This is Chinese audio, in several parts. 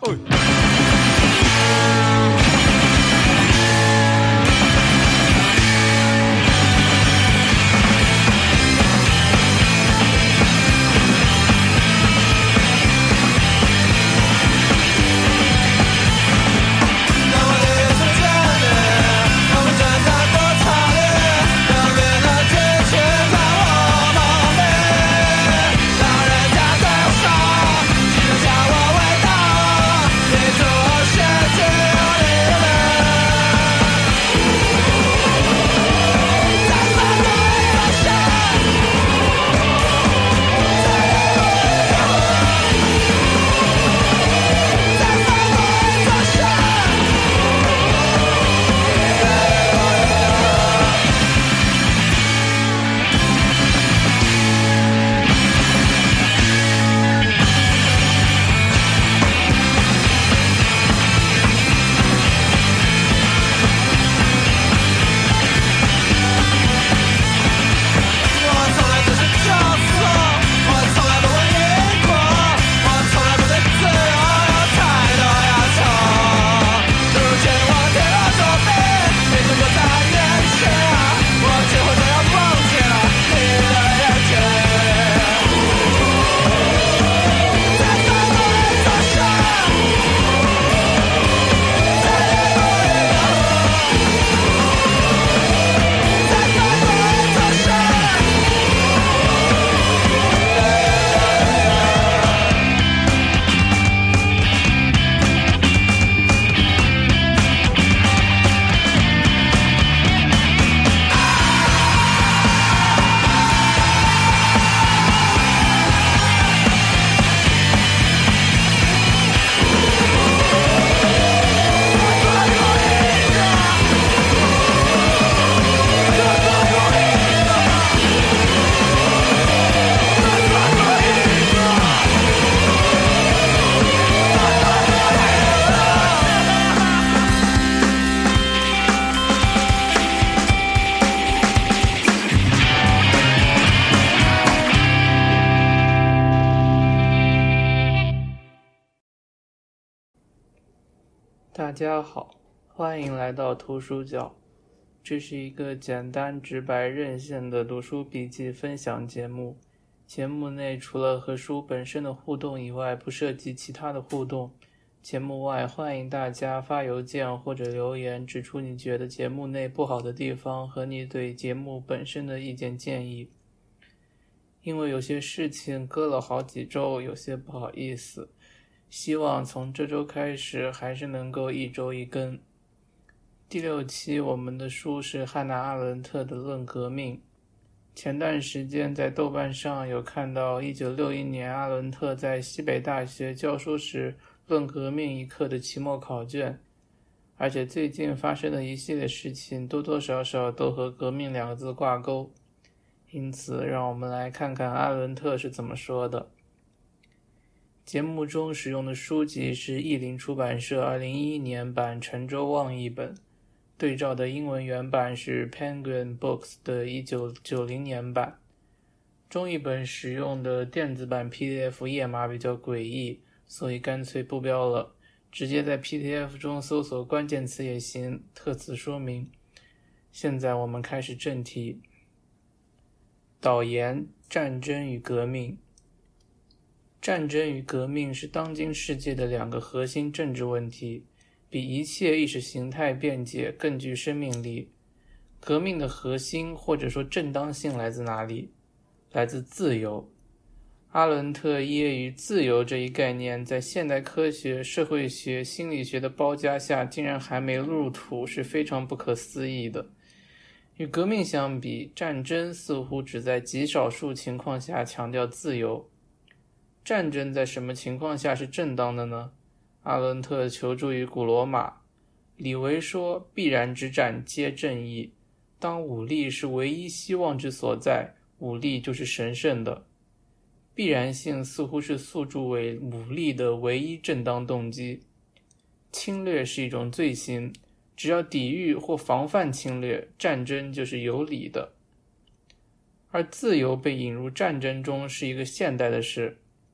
大家好，欢迎来到图书角。这是一个简单直白任性的读书笔记分享节目。节目内除了和书本身的互动以外，不涉及其他的互动。节目外，欢迎大家发邮件或者留言，指出你觉得节目内不好的地方和你对节目本身的意见建议。因为有些事情搁了好几周，有些不好意思，希望从这周开始还是能够一周一更。第6期我们的书是汉娜·阿伦特的《论革命》。前段时间在豆瓣上有看到1961年阿伦特在西北大学教书时《论革命》一课的期末考卷，而且最近发生的一系列事情多多少少都和革命2个字挂钩，因此让我们来看看阿伦特是怎么说的。节目中使用的书籍是译林出版社2011年版陈周望译本，对照的英文原版是 Penguin Books 的1990年版。中译本使用的电子版 PDF 页码比较诡异，所以干脆不标了，直接在 PDF 中搜索关键词也行，特此说明。现在我们开始正题。导言：战争与革命。战争与革命是当今世界的2个核心政治问题，比一切意识形态辩解更具生命力。革命的核心或者说正当性来自哪里？来自自由。阿伦特揶揄自由这一概念在现代科学、社会学、心理学的包夹下竟然还没入土，是非常不可思议的。与革命相比，战争似乎只在极少数情况下强调自由。战争在什么情况下是正当的呢？阿伦特求助于古罗马。李维说，必然之战皆正义，当武力是唯一希望之所在，武力就是神圣的。必然性似乎是诉诸为武力的唯一正当动机。侵略是一种罪行，只要抵御或防范侵略，战争就是有理的。而自由被引入战争中是一个现代的事。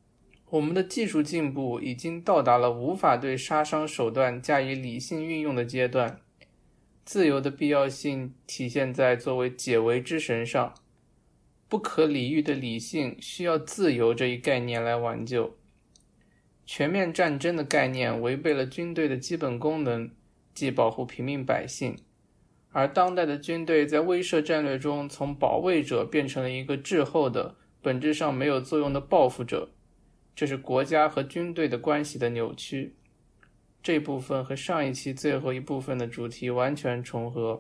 我们的技术进步已经到达了无法对杀伤手段加以理性运用的阶段。自由的必要性体现在作为解围之神上，不可理喻的理性需要自由这一概念来挽救。全面战争的概念违背了军队的基本功能，即保护平民百姓，而当代的军队在威慑战略中从保卫者变成了一个滞后的、本质上没有作用的报复者。这是国家和军队的关系的扭曲。这部分和上一期最后一部分的主题完全重合。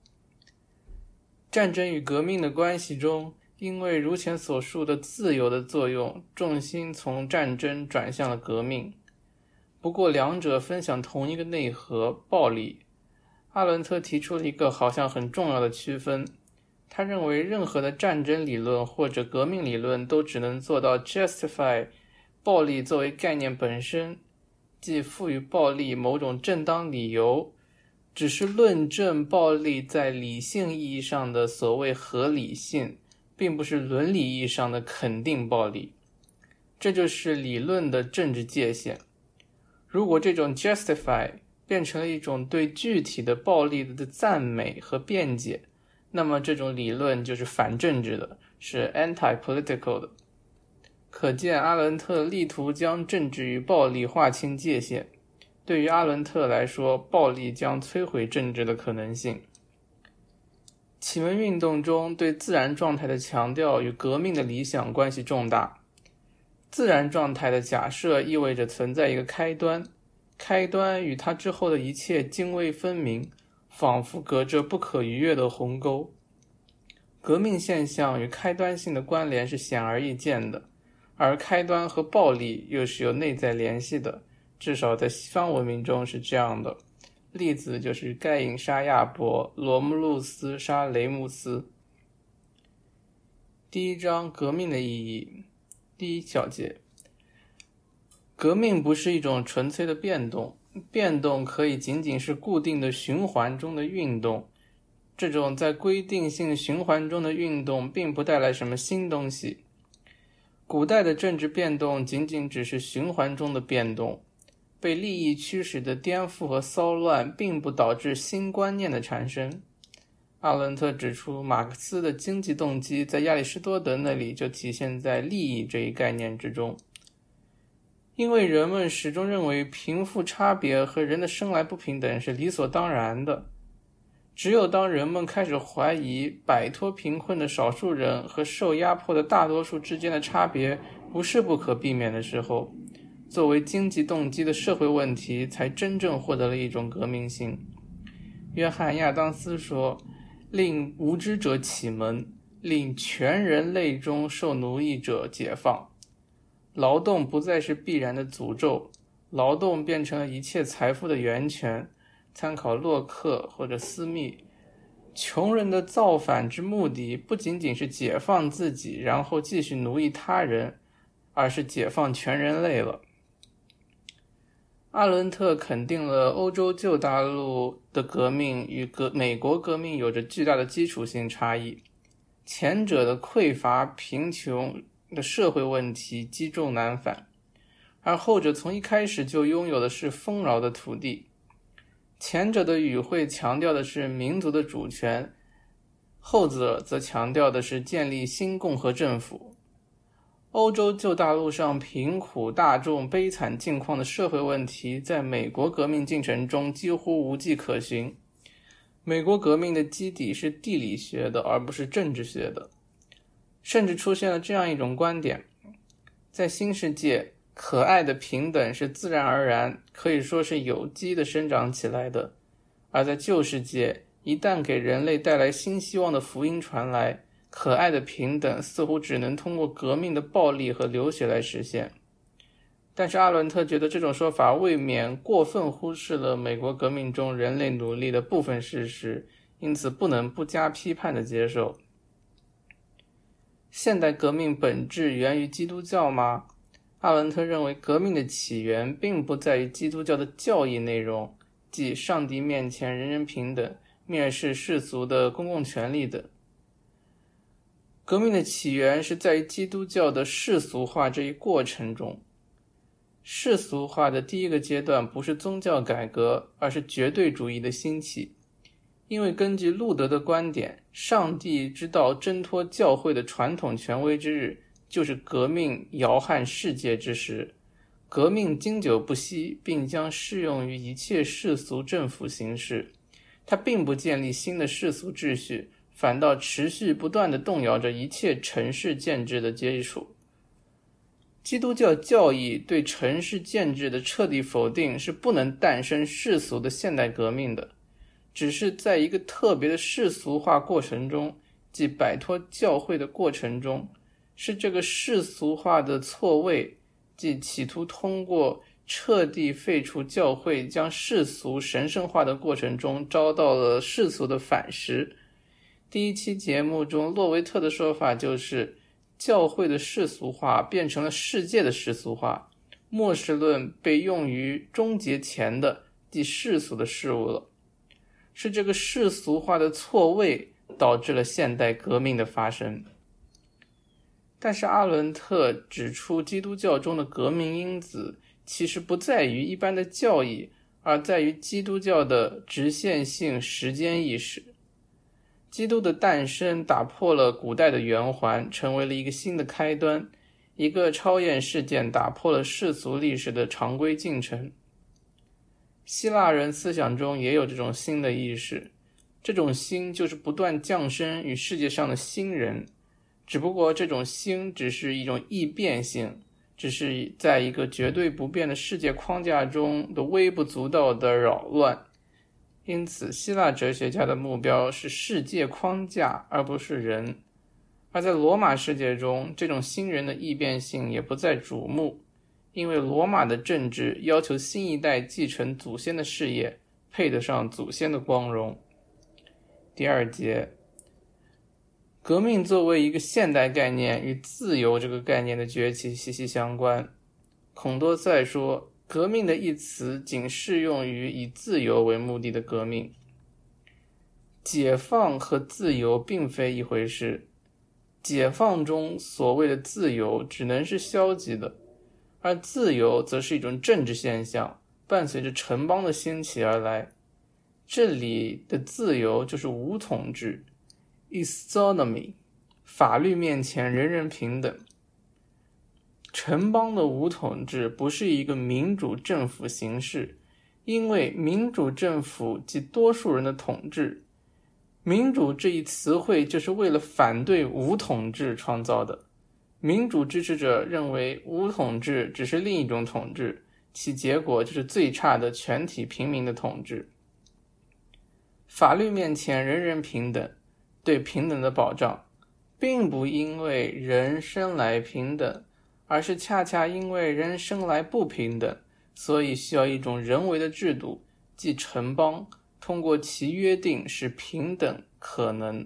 战争与革命的关系中，因为如前所述的自由的作用，重心从战争转向了革命。不过两者分享同一个内核，暴力。阿伦特提出了一个好像很重要的区分，他认为任何的战争理论或者革命理论都只能做到 justify 暴力作为概念本身，即赋予暴力某种正当理由，只是论证暴力在理性意义上的所谓合理性，并不是伦理意义上的肯定暴力。这就是理论的政治界限。如果这种 justify 变成了一种对具体的暴力的赞美和辩解，那么这种理论就是反政治的，是 anti-political 的。可见阿伦特力图将政治与暴力划清界限。对于阿伦特来说，暴力将摧毁政治的可能性。启蒙运动中对自然状态的强调与革命的理想关系重大。自然状态的假设意味着存在一个开端，开端与它之后的一切泾渭分明，仿佛隔着不可逾越的鸿沟。革命现象与开端性的关联是显而易见的，而开端和暴力又是有内在联系的，至少在西方文明中是这样的。例子就是盖隐杀亚伯，罗慕路斯杀雷姆斯。第一章，革命的意义。第一小节，革命不是一种纯粹的变动，变动可以仅仅是固定的循环中的运动。这种在规定性循环中的运动并不带来什么新东西。古代的政治变动仅仅只是循环中的变动，被利益驱使的颠覆和骚乱并不导致新观念的产生。阿伦特指出，马克思的经济动机在亚里士多德那里就体现在利益这一概念之中。因为人们始终认为贫富差别和人的生来不平等是理所当然的，只有当人们开始怀疑摆脱贫困的少数人和受压迫的大多数之间的差别不是不可避免的时候，作为经济动机的社会问题才真正获得了一种革命性。约翰·亚当斯说，令无知者启蒙，令全人类中受奴役者解放。劳动不再是必然的诅咒，劳动变成了一切财富的源泉。参考洛克或者斯密。穷人的造反之目的不仅仅是解放自己，然后继续奴役他人，而是解放全人类了。阿伦特肯定了欧洲旧大陆的革命与美国革命有着巨大的基础性差异。前者的匮乏、贫穷的社会问题积重难返，而后者从一开始就拥有的是丰饶的土地。前者的语汇强调的是民族的主权，后者则强调的是建立新共和政府。欧洲旧大陆上贫苦大众悲惨境况的社会问题，在美国革命进程中几乎无迹可寻。美国革命的基底是地理学的，而不是政治学的。甚至出现了这样一种观点，在新世界，可爱的平等是自然而然，可以说是有机的生长起来的；而在旧世界，一旦给人类带来新希望的福音传来，可爱的平等似乎只能通过革命的暴力和流血来实现。但是阿伦特觉得这种说法未免过分忽视了美国革命中人类努力的部分事实，因此不能不加批判地接受。现代革命本质源于基督教吗？阿伦特认为革命的起源并不在于基督教的教义内容，即上帝面前人人平等，蔑视世俗的公共权利等。革命的起源是在于基督教的世俗化这一过程中。 世俗化的第一个阶段不是宗教改革，而是绝对主义的兴起。因为根据路德的观点，上帝之道挣脱教会的传统权威之日，就是革命摇撼世界之时。革命经久不息，并将适用于一切世俗政府形式。它并不建立新的世俗秩序，反倒持续不断地动摇着一切城市建制的基础。基督教教义对城市建制的彻底否定是不能诞生世俗的现代革命的，只是在一个特别的世俗化过程中，即摆脱教会的过程中，是这个世俗化的错位，即企图通过彻底废除教会将世俗神圣化的过程中遭到了世俗的反噬。第一期节目中洛维特的说法就是教会的世俗化变成了世界的世俗化，末世论被用于终结前的即世俗的事物了。是这个世俗化的错位导致了现代革命的发生。但是阿伦特指出，基督教中的革命因子其实不在于一般的教义，而在于基督教的直线性时间意识。基督的诞生打破了古代的圆环，成为了一个新的开端，一个超验事件打破了世俗历史的常规进程。希腊人思想中也有这种新的意识，这种新就是不断降生于世界上的新人，只不过这种新只是一种异变性，只是在一个绝对不变的世界框架中的微不足道的扰乱。因此希腊哲学家的目标是世界框架而不是人，而在罗马世界中，这种新人的异变性也不再瞩目，因为罗马的政治要求新一代继承祖先的事业，配得上祖先的光荣。第二节，革命作为一个现代概念与自由这个概念的崛起息息相关。孔多塞说，革命的一词仅适用于以自由为目的的革命。解放和自由并非一回事，解放中所谓的自由只能是消极的，而自由则是一种政治现象，伴随着城邦的兴起而来。这里的自由就是无统治 isonomy， 法律面前人人平等。城邦的无统治不是一个民主政府形式，因为民主政府即多数人的统治。民主这一词汇就是为了反对无统治创造的。民主支持者认为无统治只是另一种统治，其结果就是最差的全体平民的统治。法律面前人人平等，对平等的保障，并不因为人生来平等，而是恰恰因为人生来不平等，所以需要一种人为的制度，即城邦，通过其约定使平等可能。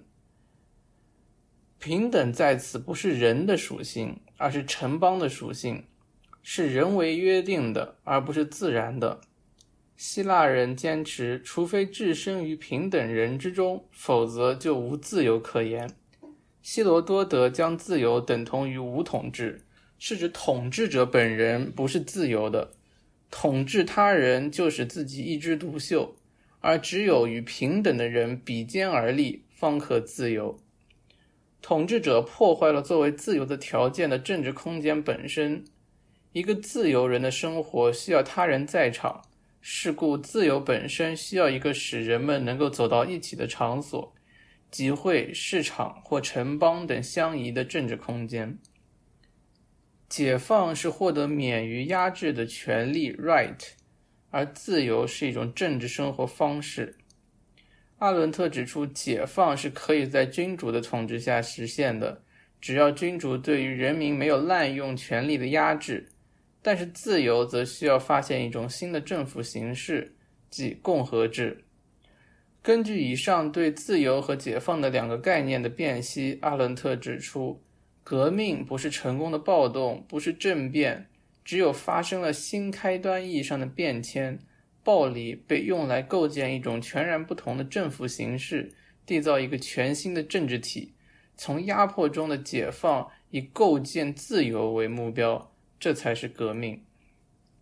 平等在此不是人的属性，而是城邦的属性，是人为约定的，而不是自然的。希腊人坚持，除非置身于平等人之中，否则就无自由可言。希罗多德将自由等同于无统治，是指统治者本人不是自由的，统治他人就使自己一枝独秀，而只有与平等的人比肩而立，方可自由。统治者破坏了作为自由的条件的政治空间本身。一个自由人的生活需要他人在场，是故自由本身需要一个使人们能够走到一起的场所，集会、市场或城邦等相宜的政治空间。解放是获得免于压制的权利 right， 而自由是一种政治生活方式。阿伦特指出，解放是可以在君主的统治下实现的，只要君主对于人民没有滥用权力的压制。但是自由则需要发现一种新的政府形式，即共和制。根据以上对自由和解放的两个概念的辨析，阿伦特指出，革命不是成功的暴动，不是政变，只有发生了新开端意义上的变迁，暴力被用来构建一种全然不同的政府形式，缔造一个全新的政治体，从压迫中的解放以构建自由为目标，这才是革命。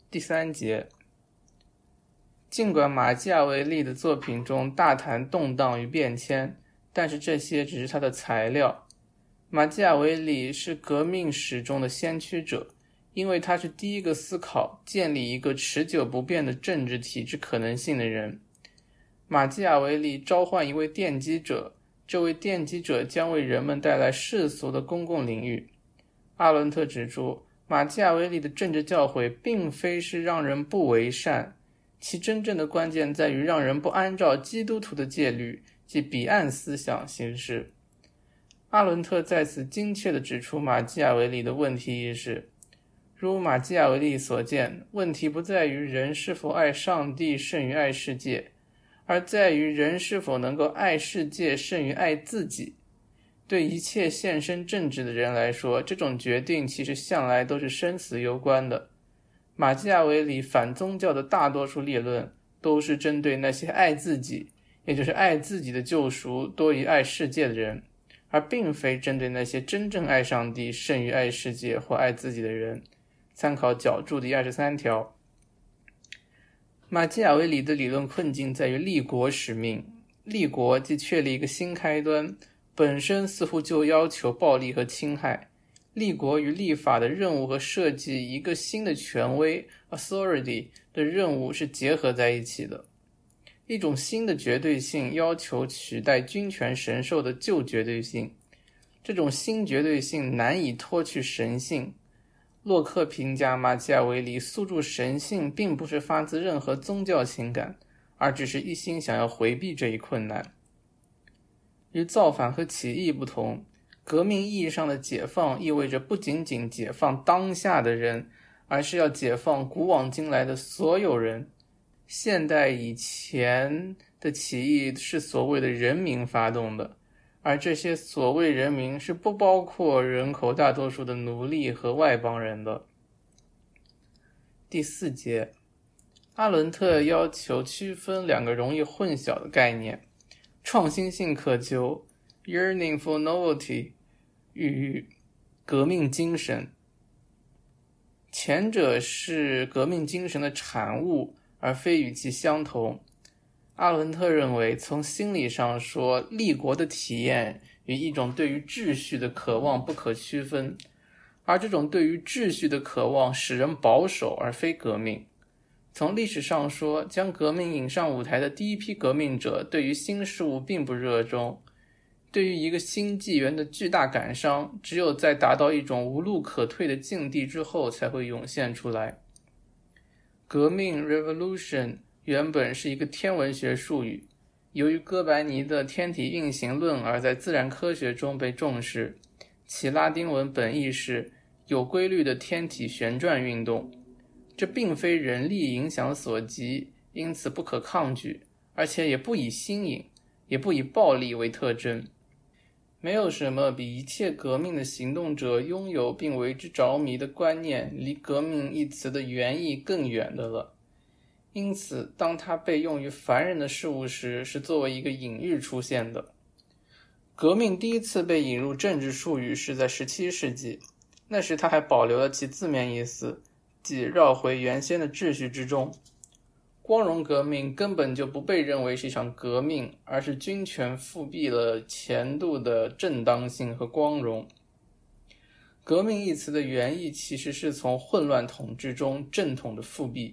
第3节，尽管马基雅维利的作品中大谈动荡与变迁，但是这些只是他的材料。马基雅维利是革命史中的先驱者，因为他是第一个思考建立一个持久不变的政治体制可能性的人。马基雅维利召唤一位奠基者，这位奠基者将为人们带来世俗的公共领域。阿伦特指出，马基雅维利的政治教诲并非是让人不为善，其真正的关键在于让人不按照基督徒的戒律即彼岸思想行事。阿伦特在此精确地指出马基雅维利的问题意识。如马基雅维利所见，问题不在于人是否爱上帝胜于爱世界，而在于人是否能够爱世界胜于爱自己。对一切献身政治的人来说，这种决定其实向来都是生死攸关的。马基雅维利反宗教的大多数列论都是针对那些爱自己，也就是爱自己的救赎多于爱世界的人，而并非针对那些真正爱上帝胜于爱世界或爱自己的人。参考角注第23条。马基雅维利的理论困境在于立国使命，立国即确立一个新开端，本身似乎就要求暴力和侵害。立国与立法的任务和设计一个新的权威 authority 的任务是结合在一起的。一种新的绝对性要求取代君权神授的旧绝对性，这种新绝对性难以脱去神性。洛克评价马基雅维利诉诸神性并不是发自任何宗教情感，而只是一心想要回避这一困难。与造反和起义不同，革命意义上的解放意味着不仅仅解放当下的人，而是要解放古往今来的所有人。现代以前的起义是所谓的人民发动的，而这些所谓人民是不包括人口大多数的奴隶和外邦人的。第4节，阿伦特要求区分两个容易混淆的概念：创新性渴求 yearning for novelty 与革命精神。前者是革命精神的产物，而非与其相同。阿伦特认为，从心理上说，立国的体验与一种对于秩序的渴望不可区分，而这种对于秩序的渴望使人保守而非革命。从历史上说，将革命引上舞台的第一批革命者对于新事物并不热衷，对于一个新纪元的巨大感伤，只有在达到一种无路可退的境地之后才会涌现出来。革命 revolution 原本是一个天文学术语，由于哥白尼的天体运行论而在自然科学中被重视，其拉丁文本意是有规律的天体旋转运动。这并非人力影响所及，因此不可抗拒，而且也不以新颖，也不以暴力为特征。没有什么比一切革命的行动者拥有并为之着迷的观念离革命一词的原意更远的了。因此，当它被用于凡人的事物时，是作为一个隐喻出现的。革命第一次被引入政治术语是在17世纪，那时它还保留了其字面意思，即绕回原先的秩序之中。光荣革命根本就不被认为是一场革命，而是君权复辟了前度的正当性和光荣。革命一词的原意其实是从混乱统治中正统的复辟。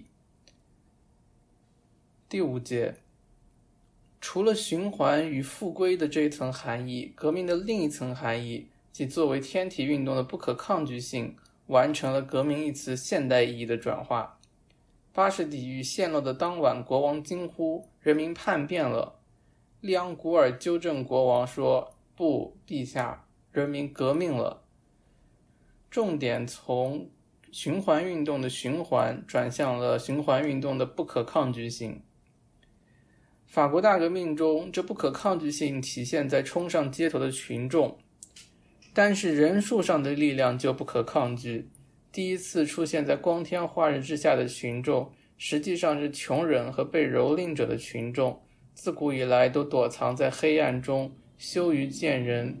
第5节，除了循环与复归的这一层含义，革命的另一层含义，即作为天体运动的不可抗拒性，完成了革命一词现代意义的转化。巴士底狱陷落的当晚，国王惊呼：“人民叛变了！”利昂古尔纠正国王说：“不，陛下，人民革命了。”重点从循环运动的循环转向了循环运动的不可抗拒性。法国大革命中，这不可抗拒性体现在冲上街头的群众，但是人数上的力量就不可抗拒。第一次出现在光天化日之下的群众，实际上是穷人和被蹂躏者的群众，自古以来都躲藏在黑暗中，羞于见人。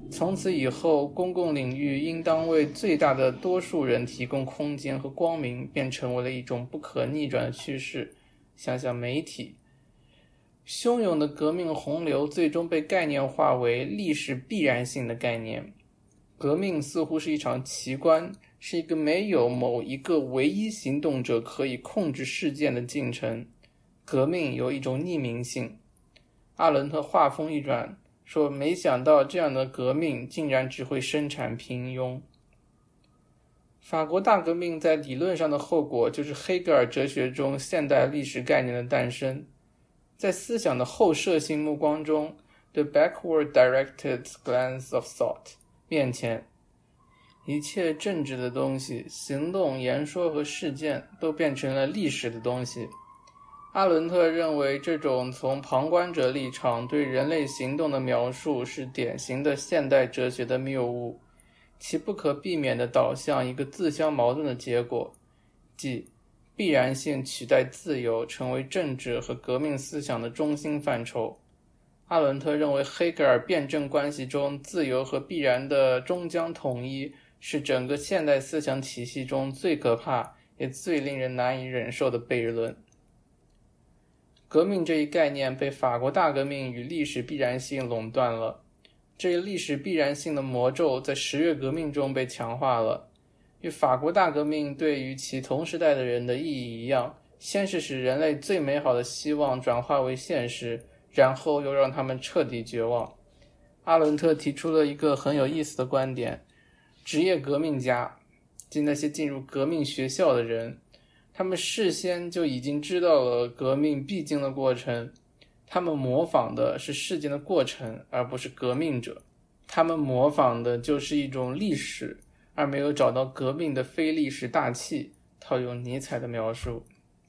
从此以后，公共领域应当为最大的多数人提供空间和光明，便成为了一种不可逆转的趋势。想想媒体，汹涌的革命洪流最终被概念化为历史必然性的概念。革命似乎是一场奇观，是一个没有某一个唯一行动者可以控制事件的进程。革命有一种匿名性。阿伦特话锋一转，说没想到这样的革命竟然只会生产平庸。法国大革命在理论上的后果就是黑格尔哲学中现代历史概念的诞生。在思想的后设性目光中 The backward directed glance of thought 面前，一切政治的东西，行动、言说和事件都变成了历史的东西。阿伦特认为这种从旁观者立场对人类行动的描述是典型的现代哲学的谬误，其不可避免地导向一个自相矛盾的结果，即必然性取代自由，成为政治和革命思想的中心范畴。阿伦特认为黑格尔辩证关系中自由和必然的终将统一是整个现代思想体系中最可怕也最令人难以忍受的悖论。革命这一概念被法国大革命与历史必然性垄断了，这一历史必然性的魔咒在十月革命中被强化了。与法国大革命对于其同时代的人的意义一样，先是使人类最美好的希望转化为现实，然后又让他们彻底绝望。阿伦特提出了一个很有意思的观点，职业革命家，即那些进入革命学校的人，他们事先就已经知道了革命必经的过程，他们模仿的是事件的过程，而不是革命者。他们模仿的就是一种历史，而没有找到革命的非历史大气，套用尼采的描述。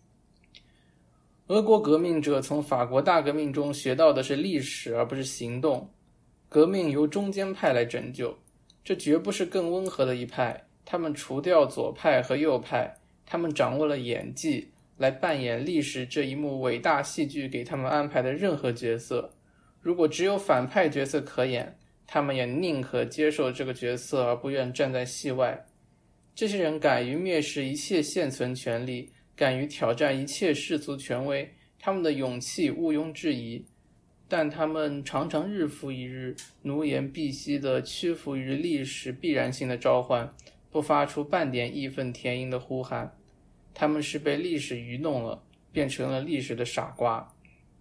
俄国革命者从法国大革命中学到的是历史，而不是行动。革命由中间派来拯救，这绝不是更温和的一派，他们除掉左派和右派，他们掌握了演技，来扮演历史这一幕伟大戏剧给他们安排的任何角色。如果只有反派角色可演，他们也宁可接受这个角色，而不愿站在戏外。这些人敢于蔑视一切现存权利，敢于挑战一切世俗权威，他们的勇气毋庸置疑，但他们常常日复一日，奴颜婢膝地屈服于历史必然性的召唤，不发出半点义愤填膺的呼喊。他们是被历史愚弄了，变成了历史的傻瓜。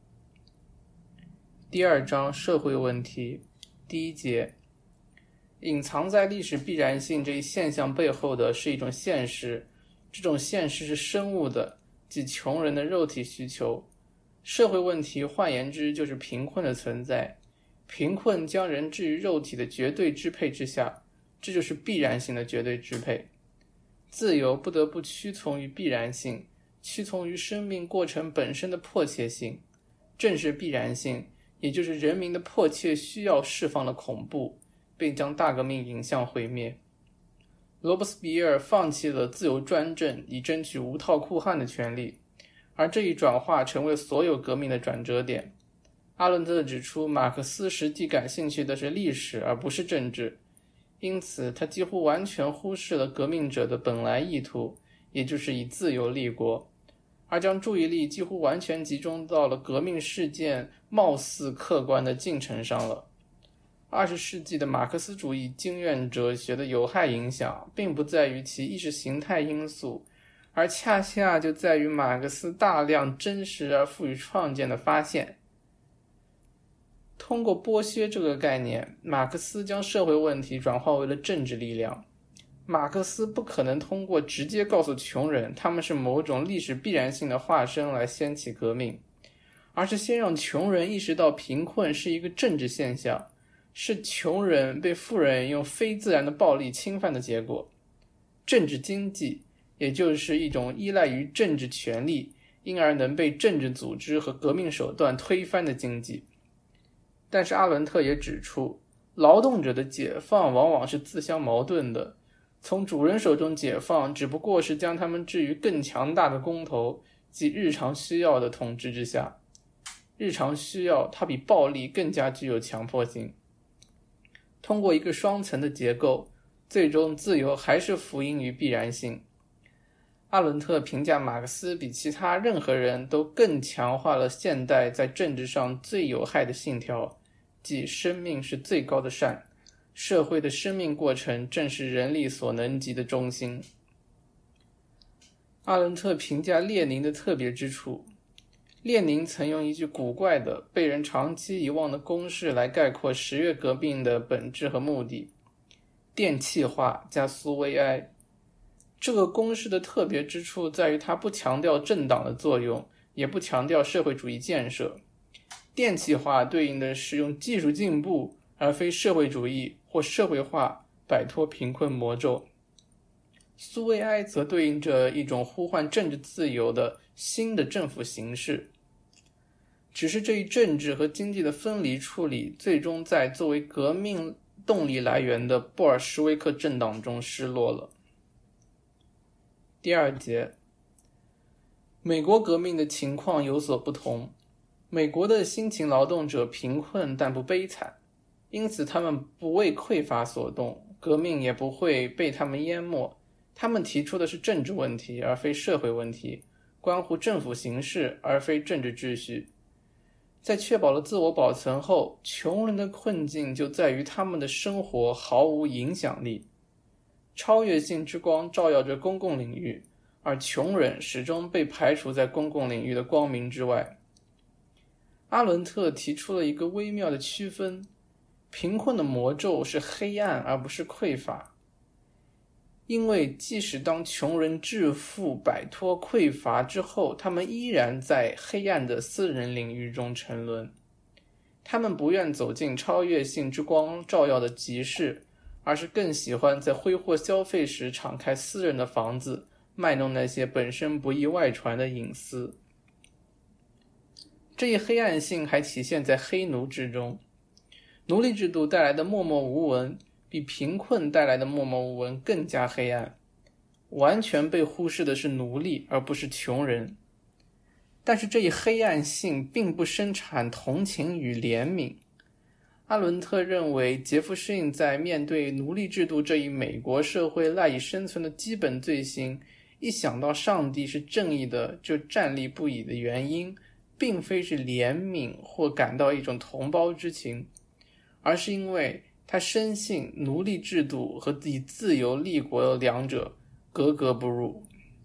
第二章，社会问题。第一节，隐藏在历史必然性这一现象背后的是一种现实，这种现实是生物的，即穷人的肉体需求。社会问题换言之就是贫困的存在，贫困将人置于肉体的绝对支配之下，这就是必然性的绝对支配。自由不得不屈从于必然性，屈从于生命过程本身的迫切性。正是必然性，也就是人民的迫切需要释放了恐怖，并将大革命引向毁灭。罗伯斯比尔放弃了自由专政，以争取无套酷汉的权利，而这一转化成为所有革命的转折点。阿伦特指出，马克思实际感兴趣的是历史，而不是政治，因此他几乎完全忽视了革命者的本来意图，也就是以自由立国，而将注意力几乎完全集中到了革命事件貌似客观的进程上了。20世纪的马克思主义经验哲学的有害影响，并不在于其意识形态因素，而恰恰就在于马克思大量真实而富于创建的发现。通过剥削这个概念，马克思将社会问题转化为了政治力量。马克思不可能通过直接告诉穷人他们是某种历史必然性的化身来掀起革命，而是先让穷人意识到贫困是一个政治现象，是穷人被富人用非自然的暴力侵犯的结果。政治经济也就是一种依赖于政治权力，因而能被政治组织和革命手段推翻的经济。但是阿伦特也指出，劳动者的解放往往是自相矛盾的，从主人手中解放只不过是将他们置于更强大的工头及日常需要的统治之下。日常需要它比暴力更加具有强迫性。 通过一个双层的结构，最终自由还是服膺于必然性。阿伦特评价马克思比其他任何人都更强化了现代在政治上最有害的信条，即生命是最高的善，社会的生命过程正是人力所能及的中心。阿伦特评价列宁的特别之处，列宁曾用一句古怪的被人长期遗忘的公式来概括十月革命的本质和目的：电气化加苏维埃。这个公式的特别之处在于它不强调政党的作用，也不强调社会主义建设。电气化对应的是用技术进步而非社会主义或社会化摆脱贫困魔咒。苏维埃则对应着一种呼唤政治自由的新的政府形式，只是这一政治和经济的分离处理最终在作为革命动力来源的布尔什维克政党中失落了。第二节，美国革命的情况有所不同。美国的辛勤劳动者贫困但不悲惨，因此他们不为匮乏所动，革命也不会被他们淹没。他们提出的是政治问题而非社会问题，关乎政府形式而非政治秩序。在确保了自我保存后，穷人的困境就在于他们的生活毫无影响力。超越性之光照耀着公共领域，而穷人始终被排除在公共领域的光明之外。阿伦特提出了一个微妙的区分，贫困的魔咒是黑暗而不是匮乏。因为即使当穷人致富摆脱匮乏之后，他们依然在黑暗的私人领域中沉沦。他们不愿走进超越性之光照耀的集市，而是更喜欢在挥霍消费时敞开私人的房子，卖弄那些本身不易外传的隐私。这一黑暗性还体现在黑奴制中，奴隶制度带来的默默无闻比贫困带来的默默无闻更加黑暗。完全被忽视的是奴隶，而不是穷人。但是这一黑暗性并不生产同情与怜悯。阿伦特认为，杰夫逊在面对奴隶制度这一美国社会赖以生存的基本罪行，一想到上帝是正义的就站立不已的原因，并非是怜悯或感到一种同胞之情，而是因为他深信奴隶制度和以自由立国的两者格格不入。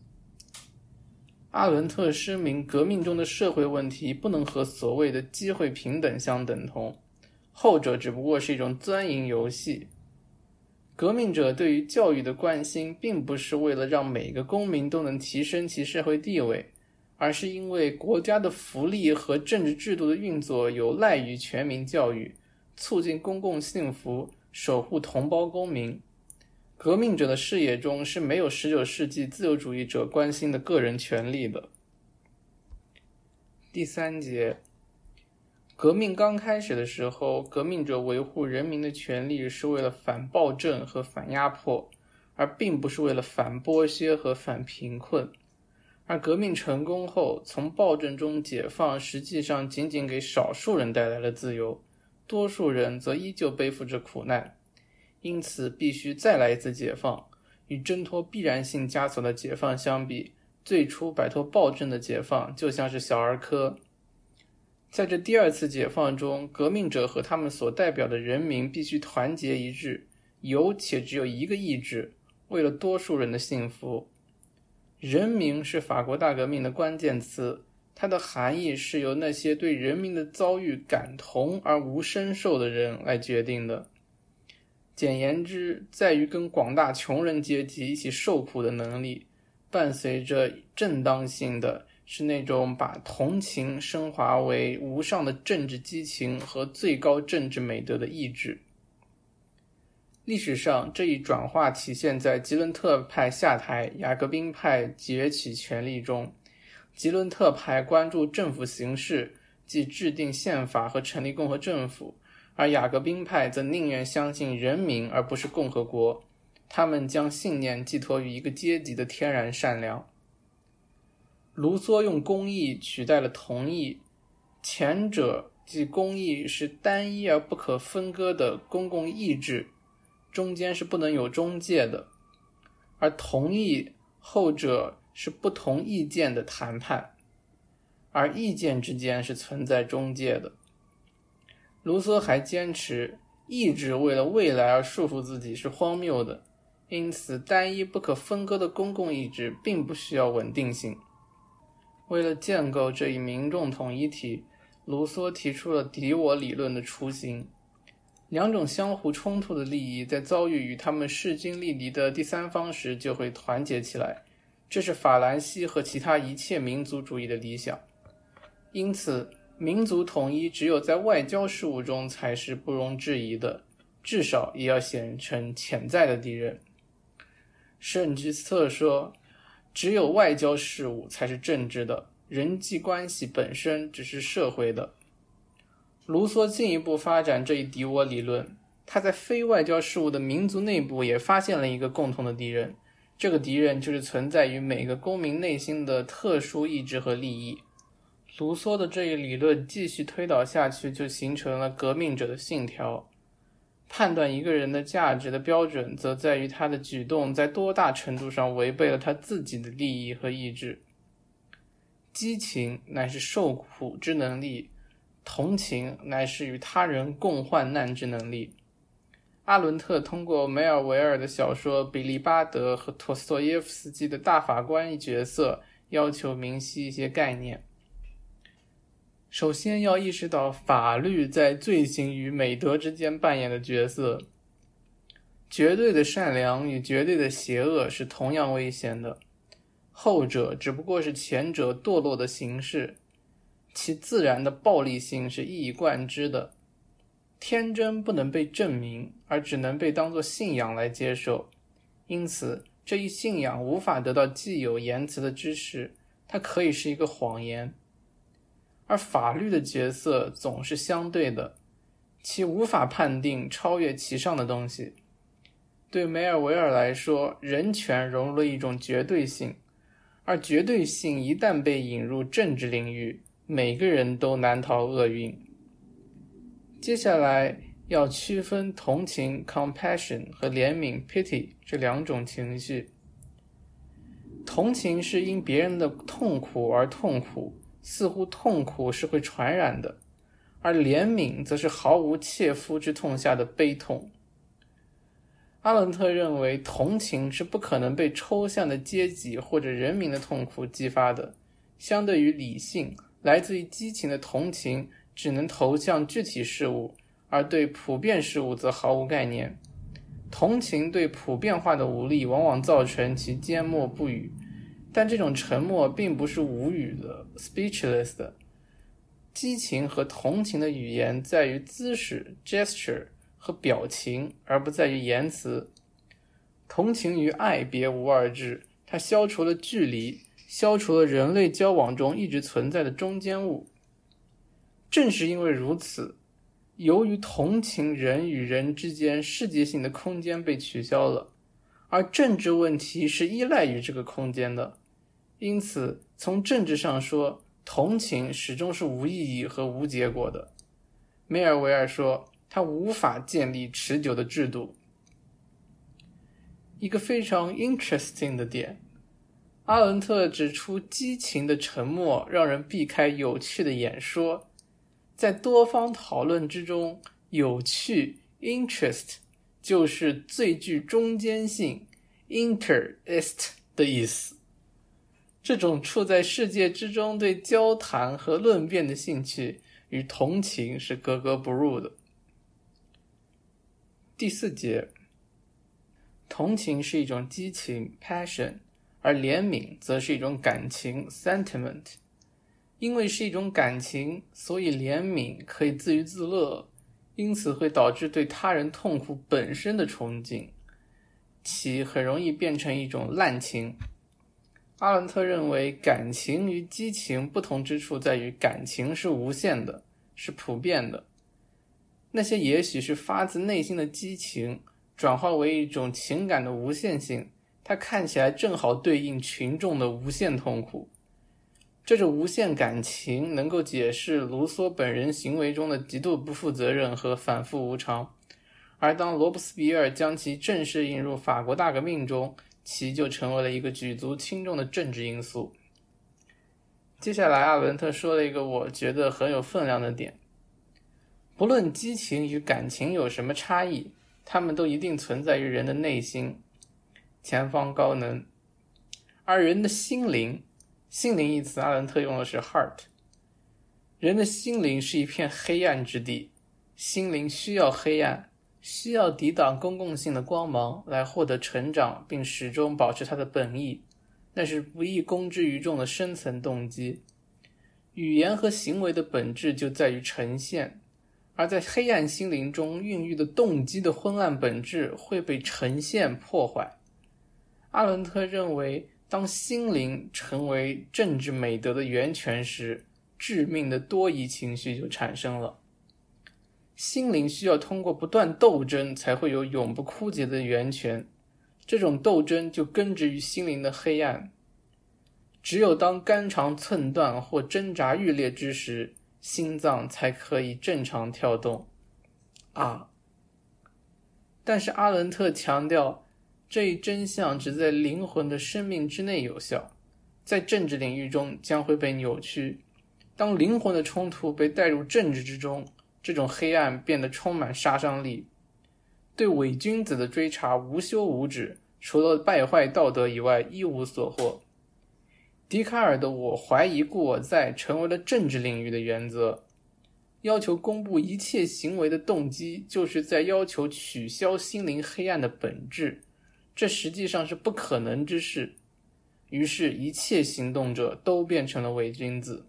阿伦特声明，革命中的社会问题不能和所谓的机会平等相等同，后者只不过是一种钻营游戏。革命者对于教育的关心并不是为了让每个公民都能提升其社会地位，而是因为国家的福利和政治制度的运作有赖于全民教育，促进公共幸福，守护同胞公民。革命者的视野中是没有19世纪自由主义者关心的个人权利的。第三节，革命刚开始的时候，革命者维护人民的权利是为了反暴政和反压迫，而并不是为了反剥削和反贫困。而革命成功后，从暴政中解放实际上仅仅给少数人带来了自由，多数人则依旧背负着苦难。因此必须再来一次解放。与挣脱必然性枷锁的解放相比，最初摆脱暴政的解放就像是小儿科。在这第二次解放中，革命者和他们所代表的人民必须团结一致，有且只有一个意志，为了多数人的幸福。人民是法国大革命的关键词，它的含义是由那些对人民的遭遇感同而无身受的人来决定的。简言之，在于跟广大穷人阶级一起受苦的能力，伴随着正当性的是那种把同情升华为无上的政治激情和最高政治美德的意志。历史上，这一转化体现在吉伦特派下台、雅各宾派崛起权力中。吉伦特派关注政府形式，即制定宪法和成立共和政府，而雅各宾派则宁愿相信人民而不是共和国，他们将信念寄托于一个阶级的天然善良。卢梭用公义取代了同义，前者即公义是单一而不可分割的公共意志，中间是不能有中介的，而同意后者是不同意见的谈判，而意见之间是存在中介的。卢梭还坚持意志为了未来而束缚自己是荒谬的，因此单一不可分割的公共意志并不需要稳定性。为了建构这一民众统一体，卢梭提出了敌我理论的雏形。两种相互冲突的利益在遭遇与他们势均力敌的第三方时就会团结起来，这是法兰西和其他一切民族主义的理想。因此民族统一只有在外交事务中才是不容置疑的，至少也要显成潜在的敌人。圣吉斯特说，只有外交事务才是政治的，人际关系本身只是社会的。卢梭进一步发展这一敌我理论，他在非外交事务的民族内部也发现了一个共同的敌人，这个敌人就是存在于每个公民内心的特殊意志和利益。卢梭的这一理论继续推导下去，就形成了革命者的信条。判断一个人的价值的标准，则在于他的举动在多大程度上违背了他自己的利益和意志。激情乃是受苦之能力，同情乃是与他人共患难之能力。阿伦特通过梅尔维尔的小说《比利巴德》和陀思妥耶夫斯基的大法官一角色，要求明晰一些概念。首先要意识到法律在罪行与美德之间扮演的角色。绝对的善良与绝对的邪恶是同样危险的，后者只不过是前者堕落的形式，其自然的暴力性是一以贯之的。天真不能被证明，而只能被当作信仰来接受，因此这一信仰无法得到既有言辞的支持，它可以是一个谎言。而法律的角色总是相对的，其无法判定超越其上的东西。对梅尔维尔来说，人权融入了一种绝对性，而绝对性一旦被引入政治领域，每个人都难逃厄运。接下来要区分同情 compassion 和怜悯 pity 这两种情绪。同情是因别人的痛苦而痛苦，似乎痛苦是会传染的，而怜悯则是毫无切肤之痛下的悲痛。阿伦特认为同情是不可能被抽象的阶级或者人民的痛苦激发的，相对于理性，来自于激情的同情只能投向具体事物，而对普遍事物则毫无概念。同情对普遍化的无力往往造成其缄默不语，但这种沉默并不是无语的 speechless 的。激情和同情的语言在于姿势 gesture 和表情，而不在于言辞。同情与爱别无二致，它消除了距离，消除了人类交往中一直存在的中间物。正是因为如此，由于同情人与人之间世界性的空间被取消了，而政治问题是依赖于这个空间的，因此从政治上说，同情始终是无意义和无结果的。梅尔维尔说，他无法建立持久的制度。一个非常 interesting 的点，阿伦特指出激情的沉默让人避开有趣的演说。在多方讨论之中，有趣 interest 就是最具中间性 interest 的意思。这种处在世界之中对交谈和论辩的兴趣与同情是格格不入的。第4节，同情是一种激情 passion， 而怜悯则是一种感情 sentiment。 因为是一种感情，所以怜悯可以自娱自乐，因此会导致对他人痛苦本身的崇敬，其很容易变成一种滥情。阿伦特认为感情与激情不同之处在于感情是无限的，是普遍的。那些也许是发自内心的激情转化为一种情感的无限性，它看起来正好对应群众的无限痛苦。 这种无限感情能够解释卢梭本人行为中的极度不负责任和反复无常，而当罗伯斯比尔将其正式引入法国大革命中，其就成为了一个举足轻重的政治因素。接下来阿伦特说了一个我觉得很有分量的点，不论激情与感情有什么差异，它们都一定存在于人的内心，前方高能。而人的心灵一词阿伦特用的是 heart， 人的心灵是一片黑暗之地，心灵需要黑暗，需要抵挡公共性的光芒来获得成长，并始终保持它的本意，那是不易公之于众的深层动机。语言和行为的本质就在于呈现，而在黑暗心灵中孕育的动机的昏暗本质会被呈现破坏。阿伦特认为，当心灵成为政治美德的源泉时，致命的多疑情绪就产生了。心灵需要通过不断斗争才会有永不枯竭的源泉，这种斗争就根植于心灵的黑暗。只有当肝肠寸断或挣扎欲裂之时，心脏才可以正常跳动。但是阿伦特强调，这一真相只在灵魂的生命之内有效，在政治领域中将会被扭曲。当灵魂的冲突被带入政治之中，这种黑暗变得充满杀伤力。对伪君子的追查无休无止，除了败坏道德以外一无所获。笛卡尔的我怀疑故我在成为了政治领域的原则，要求公布一切行为的动机就是在要求取消心灵黑暗的本质，这实际上是不可能之事。于是一切行动者都变成了伪君子。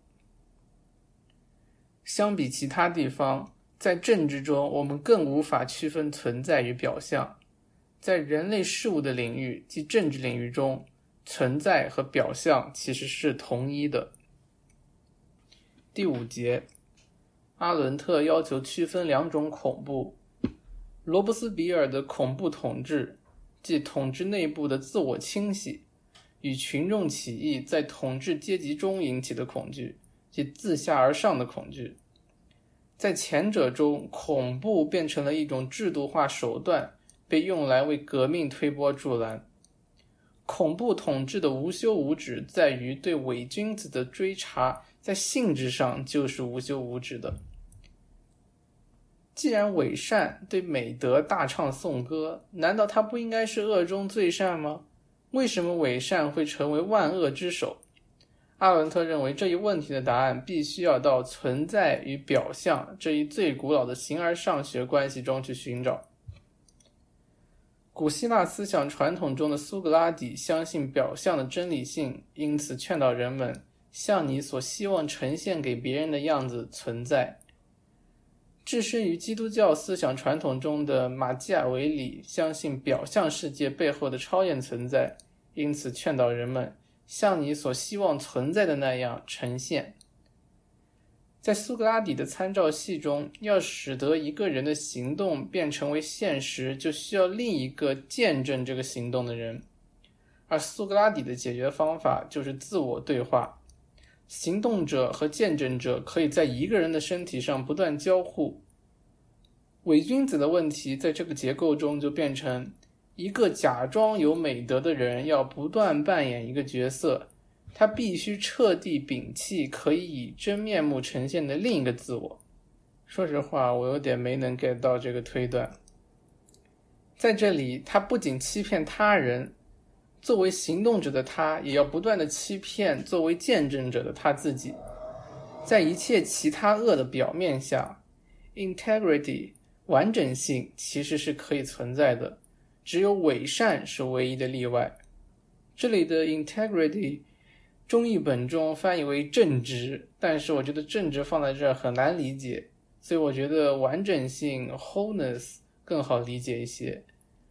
相比其他地方，在政治中我们更无法区分存在与表象。在人类事物的领域，即政治领域中，存在和表象其实是同一的。第5节，阿伦特要求区分2种恐怖，罗伯斯比尔的恐怖统治，即统治内部的自我清洗，与群众起义在统治阶级中引起的恐惧，即自下而上的恐惧。在前者中，恐怖变成了一种制度化手段，被用来为革命推波助澜。恐怖统治的无休无止在于对伪君子的追查，在性质上就是无休无止的。既然伪善对美德大唱颂歌，难道它不应该是恶中最善吗？为什么伪善会成为万恶之首？阿伦特认为这一问题的答案必须要到存在与表象这一最古老的形而上学关系中去寻找。古希腊思想传统中的苏格拉底相信表象的真理性，因此劝导人们像你所希望呈现给别人的样子存在。置身于基督教思想传统中的马基雅维里相信表象世界背后的超验存在，因此劝导人们像你所希望存在的那样呈现。在苏格拉底的参照系中，要使得一个人的行动变成为现实，就需要另一个见证这个行动的人。而苏格拉底的解决方法就是自我对话，行动者和见证者可以在一个人的身体上不断交互。伪君子的问题在这个结构中就变成一个假装有美德的人要不断扮演一个角色，他必须彻底摒弃可以以真面目呈现的另一个自我。说实话，我有点没能 get 到这个推断。在这里，他不仅欺骗他人，作为行动者的他也要不断地欺骗作为见证者的他自己。在一切其他恶的表面下， integrity 完整性其实是可以存在的，只有伪善是唯一的例外。这里的 integrity中译本中翻译为正直，但是我觉得正直放在这儿很难理解，所以我觉得完整性 wholeness 更好理解一些。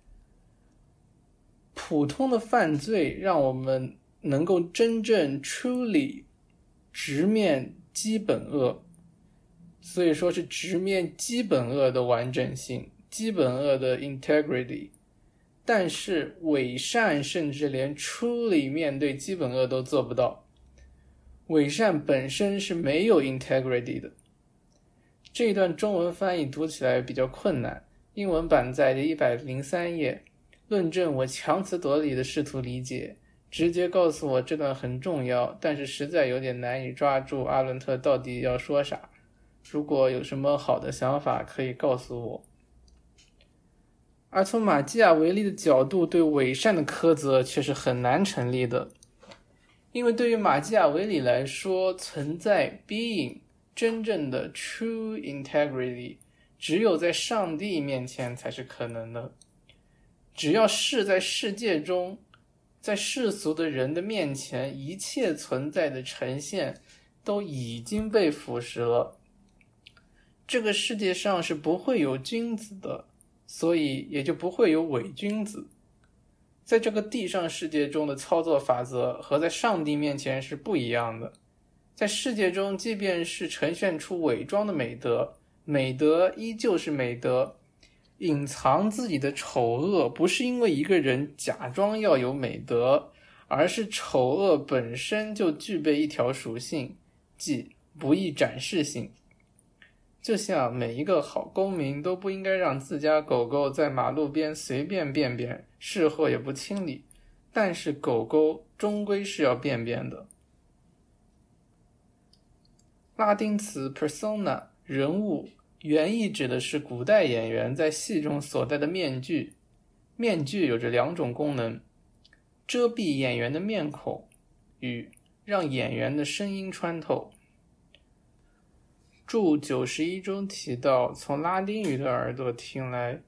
普通的犯罪让我们能够真正 truly 直面基本恶，所以说是直面基本恶的完整性，基本恶的 integrity。 但是伪善甚至连 truly 面对基本恶都做不到。 伪善本身是没有 integrity 的。这一段中文翻译读起来比较困难，英文版在第103页，论证我强词夺理的试图理解，直接告诉我这段很重要，但是实在有点难以抓住阿伦特到底要说啥。如果有什么好的想法可以告诉我。而从马基雅维利的角度，对伪善的苛责却是很难成立的。因为对于马基雅维利来说，存在 being 真正的 true integrity 只有在上帝面前才是可能的。只要是在世界中，在世俗的人的面前，一切存在的呈现都已经被腐蚀了。这个世界上是不会有君子的，所以也就不会有伪君子。在这个地上世界中的操作法则和在上帝面前是不一样的。在世界中，即便是呈现出伪装的美德，美德依旧是美德。隐藏自己的丑恶不是因为一个人假装要有美德，而是丑恶本身就具备一条属性，即不易展示性。就像每一个好公民都不应该让自家狗狗在马路边随便便便，事后也不清理，但是狗狗终归是要便便的。拉丁词 persona 人物，原意指的是古代演员在戏中所戴的面具。面具有着两种功能，遮蔽演员的面孔与让演员的声音穿透。注91中提到，从拉丁语的耳朵听来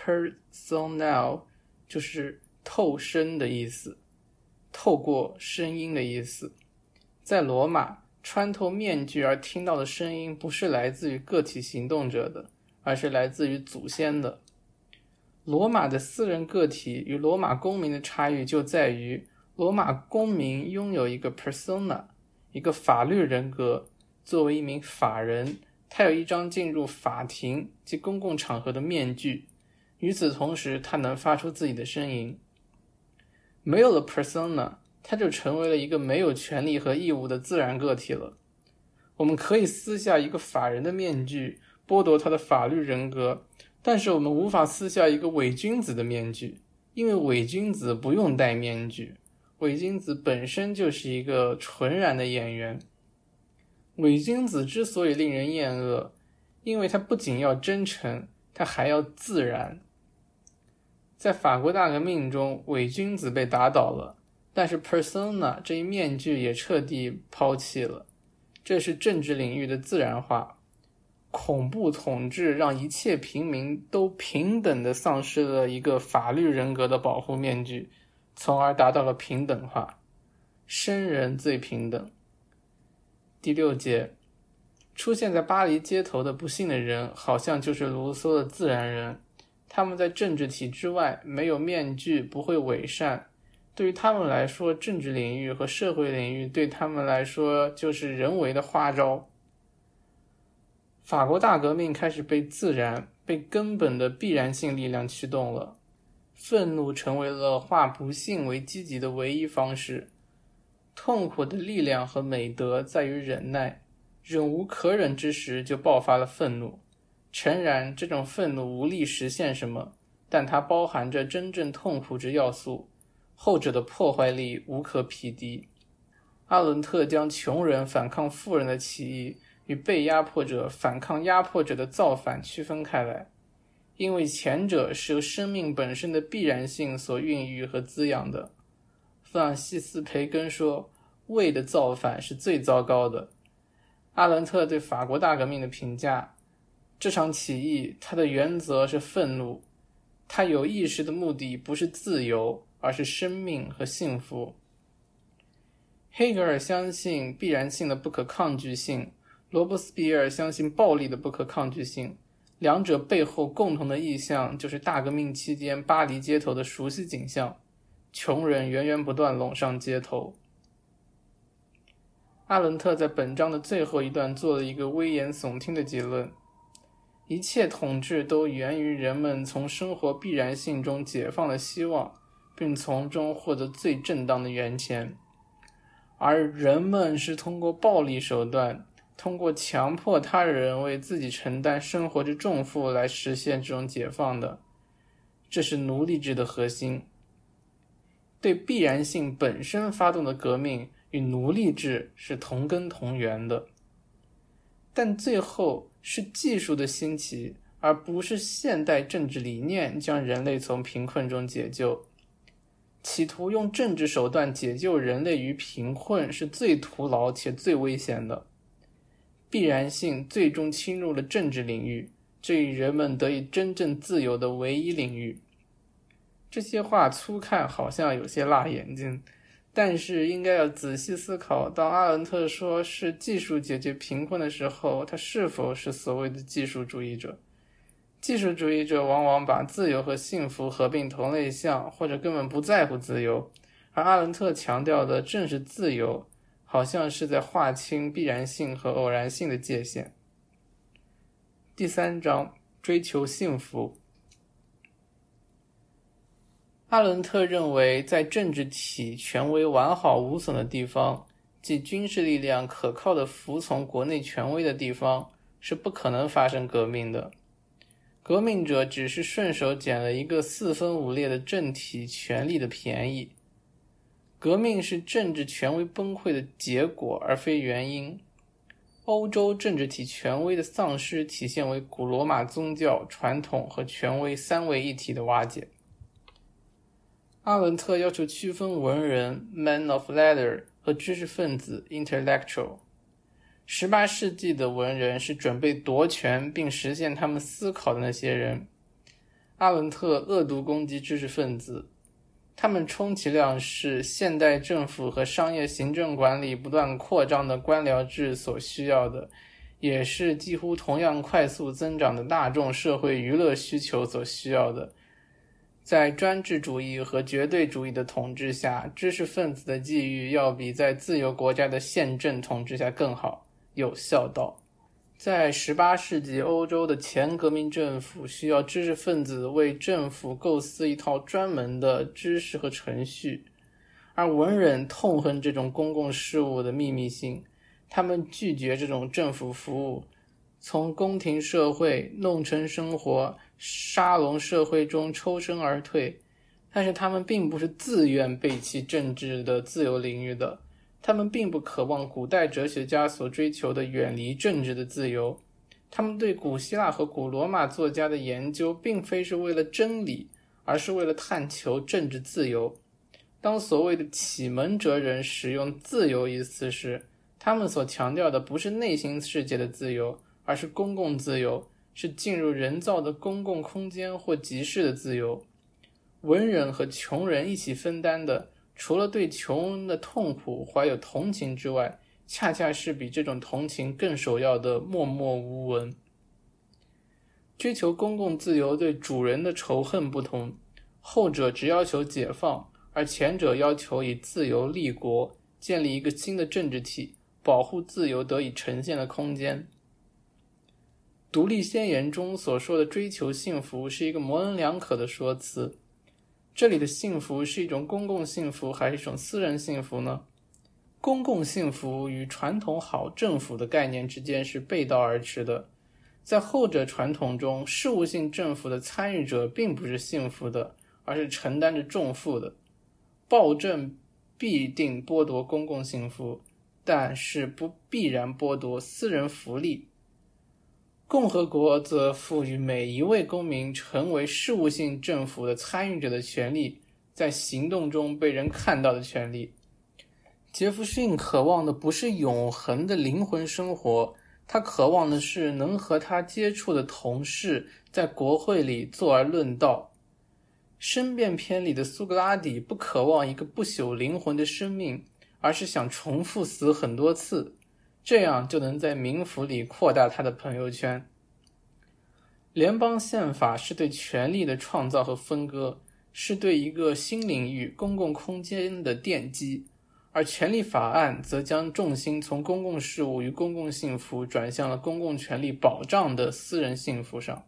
personal 就是透声的意思，透过声音的意思。在罗马，穿透面具而听到的声音不是来自于个体行动者的，而是来自于祖先的。罗马的私人个体与罗马公民的差异就在于，罗马公民拥有一个 persona， 一个法律人格。作为一名法人，他有一张进入法庭及公共场合的面具，与此同时他能发出自己的声音。没有了 persona， 他就成为了一个没有权利和义务的自然个体了。我们可以撕下一个法人的面具，剥夺他的法律人格，但是我们无法撕下一个伪君子的面具，因为伪君子不用戴面具，伪君子本身就是一个纯然的演员。伪君子之所以令人厌恶，因为他不仅要真诚，他还要自然。在法国大革命中，伪君子被打倒了，但是 persona 这一面具也彻底抛弃了。这是政治领域的自然化。恐怖统治让一切平民都平等地丧失了一个法律人格的保护面具，从而达到了平等化。生人最平等。第6节，出现在巴黎街头的不幸的人，好像就是卢梭的自然人。他们在政治体制外，没有面具，不会伪善。对于他们来说，政治领域和社会领域对他们来说就是人为的花招。法国大革命开始被自然、被根本的必然性力量驱动了。愤怒成为了化不幸为积极的唯一方式。痛苦的力量和美德在于忍耐，忍无可忍之时就爆发了愤怒。诚然，这种愤怒无力实现什么，但它包含着真正痛苦之要素，后者的破坏力无可匹敌。阿伦特将穷人反抗富人的起义与被压迫者反抗压迫者的造反区分开来，因为前者是由生命本身的必然性所孕育和滋养的。弗朗西斯·培根说，胃的造反是最糟糕的。阿伦特对法国大革命的评价，这场起义它的原则是愤怒，它有意识的目的不是自由，而是生命和幸福。黑格尔相信必然性的不可抗拒性，罗伯斯庇尔相信暴力的不可抗拒性，两者背后共同的意象就是大革命期间巴黎街头的熟悉景象，穷人源源不断涌上街头。阿伦特在本章的最后一段做了一个危言耸听的结论：一切统治都源于人们从生活必然性中解放的希望，并从中获得最正当的源泉。 而人们是通过暴力手段，通过强迫他人为自己承担生活之重负来实现这种解放的。这是奴隶制的核心。对必然性本身发动的革命与奴隶制是同根同源的。但最后是技术的兴起，而不是现代政治理念将人类从贫困中解救。企图用政治手段解救人类于贫困是最徒劳且最危险的。必然性最终侵入了政治领域，这与人们得以真正自由的唯一领域。这些话粗看好像有些辣眼睛，但是应该要仔细思考，当阿伦特说是技术解决贫困的时候，他是否是所谓的技术主义者？技术主义者往往把自由和幸福合并同类项，或者根本不在乎自由，而阿伦特强调的正是自由，好像是在划清必然性和偶然性的界限。第3章，追求幸福。阿伦特认为，在政治体权威完好无损的地方，即军事力量可靠的服从国内权威的地方，是不可能发生革命的。革命者只是顺手捡了一个四分五裂的政体权力的便宜。革命是政治权威崩溃的结果，而非原因。欧洲政治体权威的丧失体现为古罗马宗教、传统和权威三位一体的瓦解。阿伦特要求区分文人 （men of letters） 和知识分子 （intellectual）。18世纪的文人是准备夺权并实现他们思考的那些人。阿伦特恶毒攻击知识分子，他们充其量是现代政府和商业行政管理不断扩张的官僚制所需要的，也是几乎同样快速增长的大众社会娱乐需求所需要的。在专制主义和绝对主义的统治下，知识分子的际遇要比在自由国家的宪政统治下更好，有效道。在18世纪欧洲的前革命政府需要知识分子为政府构思一套专门的知识和程序，而文人痛恨这种公共事务的秘密性，他们拒绝这种政府服务，从宫廷社会、弄臣生活、沙龙社会中抽身而退。但是他们并不是自愿背弃政治的自由领域的，他们并不渴望古代哲学家所追求的远离政治的自由。他们对古希腊和古罗马作家的研究并非是为了真理，而是为了探求政治自由。当所谓的启蒙哲人使用自由一词时，他们所强调的不是内心世界的自由，而是公共自由，是进入人造的公共空间或集市的自由。文人和穷人一起分担的，除了对穷人的痛苦怀有同情之外，恰恰是比这种同情更首要的默默无闻。追求公共自由对主人的仇恨不同，后者只要求解放，而前者要求以自由立国，建立一个新的政治体，保护自由得以呈现的空间。独立宣言中所说的追求幸福是一个模棱两可的说辞。这里的幸福是一种公共幸福还是一种私人幸福呢？公共幸福与传统好政府的概念之间是背道而驰的。在后者传统中，事务性政府的参与者并不是幸福的，而是承担着重负的。暴政必定剥夺公共幸福，但是不必然剥夺私人福利。共和国则赋予每一位公民成为事务性政府的参与者的权利，在行动中被人看到的权利。杰弗逊渴望的不是永恒的灵魂生活，他渴望的是能和他接触的同事在国会里坐而论道。申辩篇里的苏格拉底不渴望一个不朽灵魂的生命，而是想重复死很多次，这样就能在冥府里扩大他的朋友圈。联邦宪法是对权力的创造和分割，是对一个新领域公共空间的奠基，而权利法案则将重心从公共事务与公共幸福转向了公共权利保障的私人幸福上。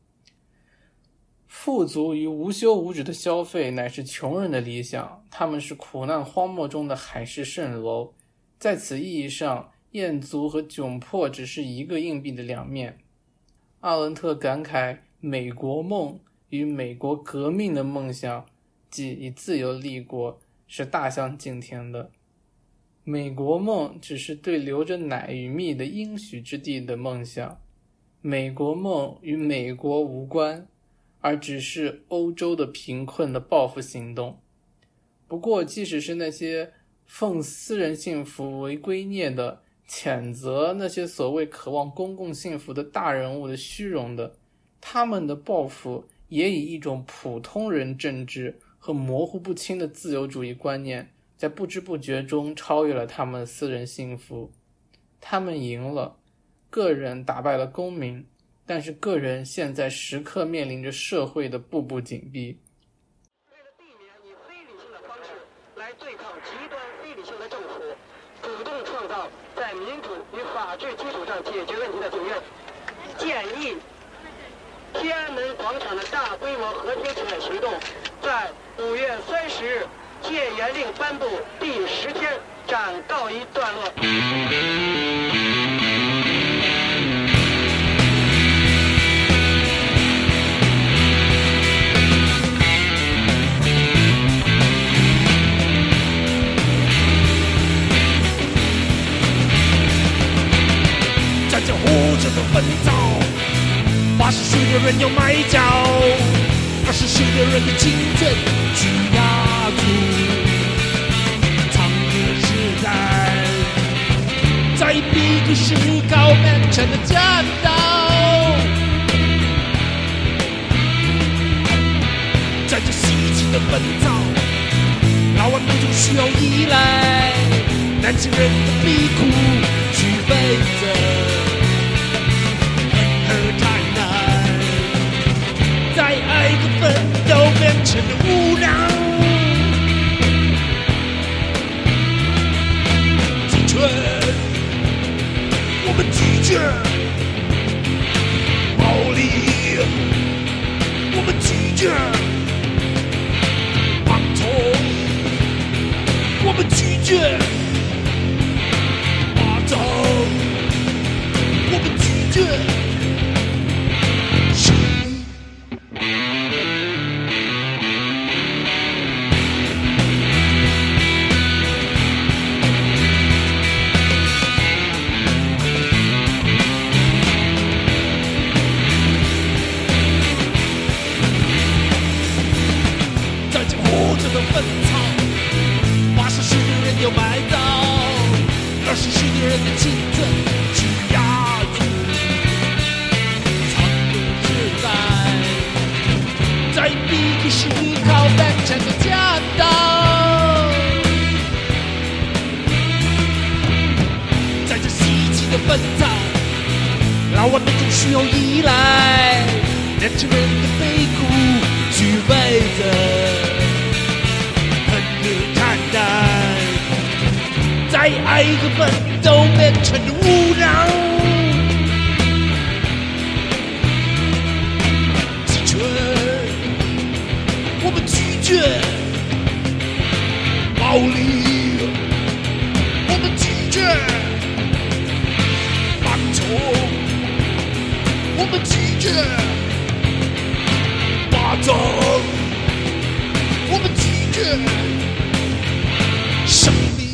富足与无休无止的消费乃是穷人的理想，他们是苦难荒漠中的海市蜃楼， 在此意义上，厌足和窘迫只是一个硬币的两面。阿伦特感慨美国梦与美国革命的梦想，即以自由立国，是大相径庭的。美国梦只是对流着奶与蜜的应许之地的梦想，美国梦与美国无关，而只是欧洲的贫困的报复行动。不过即使是那些奉私人幸福为圭臬的，谴责那些所谓渴望公共幸福的大人物的虚荣的，他们的抱负也以一种普通人政治和模糊不清的自由主义观念，在不知不觉中超越了他们的私人幸福。他们赢了，个人打败了公民，但是个人现在时刻面临着社会的步步紧逼。 为了避免以非理性的方式来对抗极端非理性的政府，主动创造在民主与法治基础上解决问题的庭院，建议天安门广场的大规模和平示威行动在5月30日戒严令颁布第10天暂告一段落。 站着活着的奔走，80岁的人要埋脚，20岁的人的青春去压住，长的时代在逼迫时高漫长的战斗，站着希冀的奔走，老万民族需要依赖，年轻人的逼苦去背着。在爱和奋斗变成了无脑，青春我们拒绝，暴力我们拒绝，绑头我们拒绝，巴掌我们拒绝。奔草，80岁的人要埋葬，20岁的人的青春去压住，长的时代在逼迫时靠漫长的战斗，在这希冀的奔走，老万民族需要依赖，年轻人的悲苦去背着。在爱和奋斗变成了无脑，青春我们拒绝，暴力我们拒绝，放纵我们拒绝，巴掌我们拒绝，生命。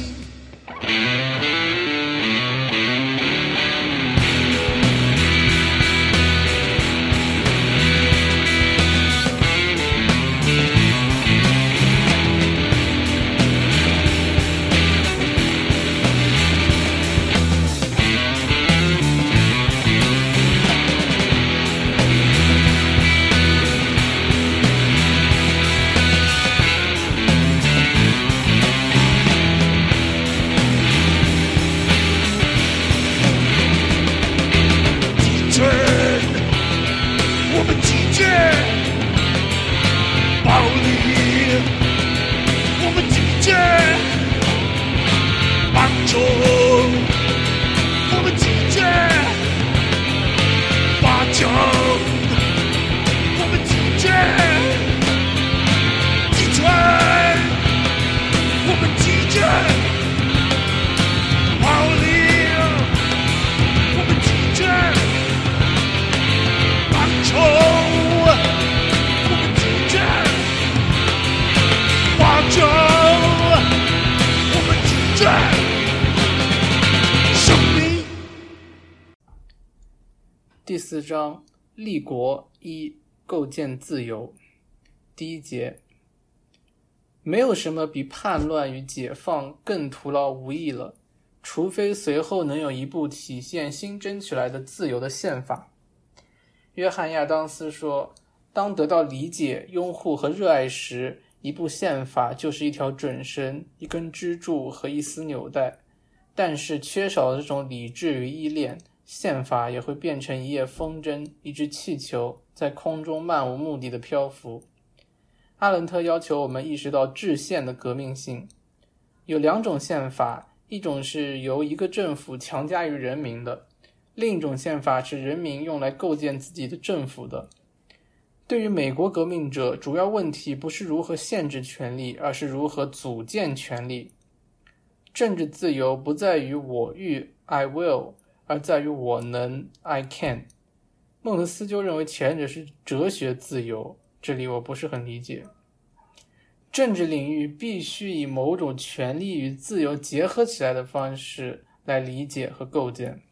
第4章立国一，构建自由。第1节，没有什么比叛乱与解放更徒劳无益了，除非随后能有一部体现新争取来的自由的宪法。约翰亚当斯说，当得到理解、拥护和热爱时，一部宪法就是一条准绳、一根支柱和一丝纽带，但是缺少了这种理智与依恋，宪法也会变成一叶风筝，一只气球，在空中漫无目的的漂浮。阿伦特要求我们意识到制宪的革命性。有2种宪法，一种是由一个政府强加于人民的，另一种宪法是人民用来构建自己的政府的。对于美国革命者，主要问题不是如何限制权力，而是如何组建权力。政治自由不在于我欲 I will， 而在于我能 I can。 孟德斯鸠认为前者是哲学自由，这里我不是很理解。政治领域必须以某种权利与自由结合起来的方式来理解和构建。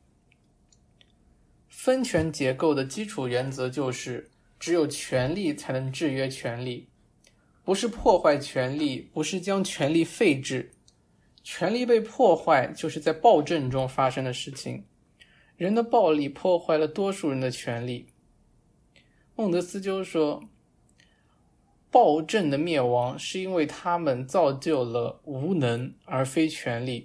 分权结构的基础原则就是只有权力才能制约权力，不是破坏权力，不是将权力废止。权力被破坏就是在暴政中发生的事情，人的暴力破坏了多数人的权利。孟德斯鸠说，暴政的灭亡是因为他们造就了无能而非权力。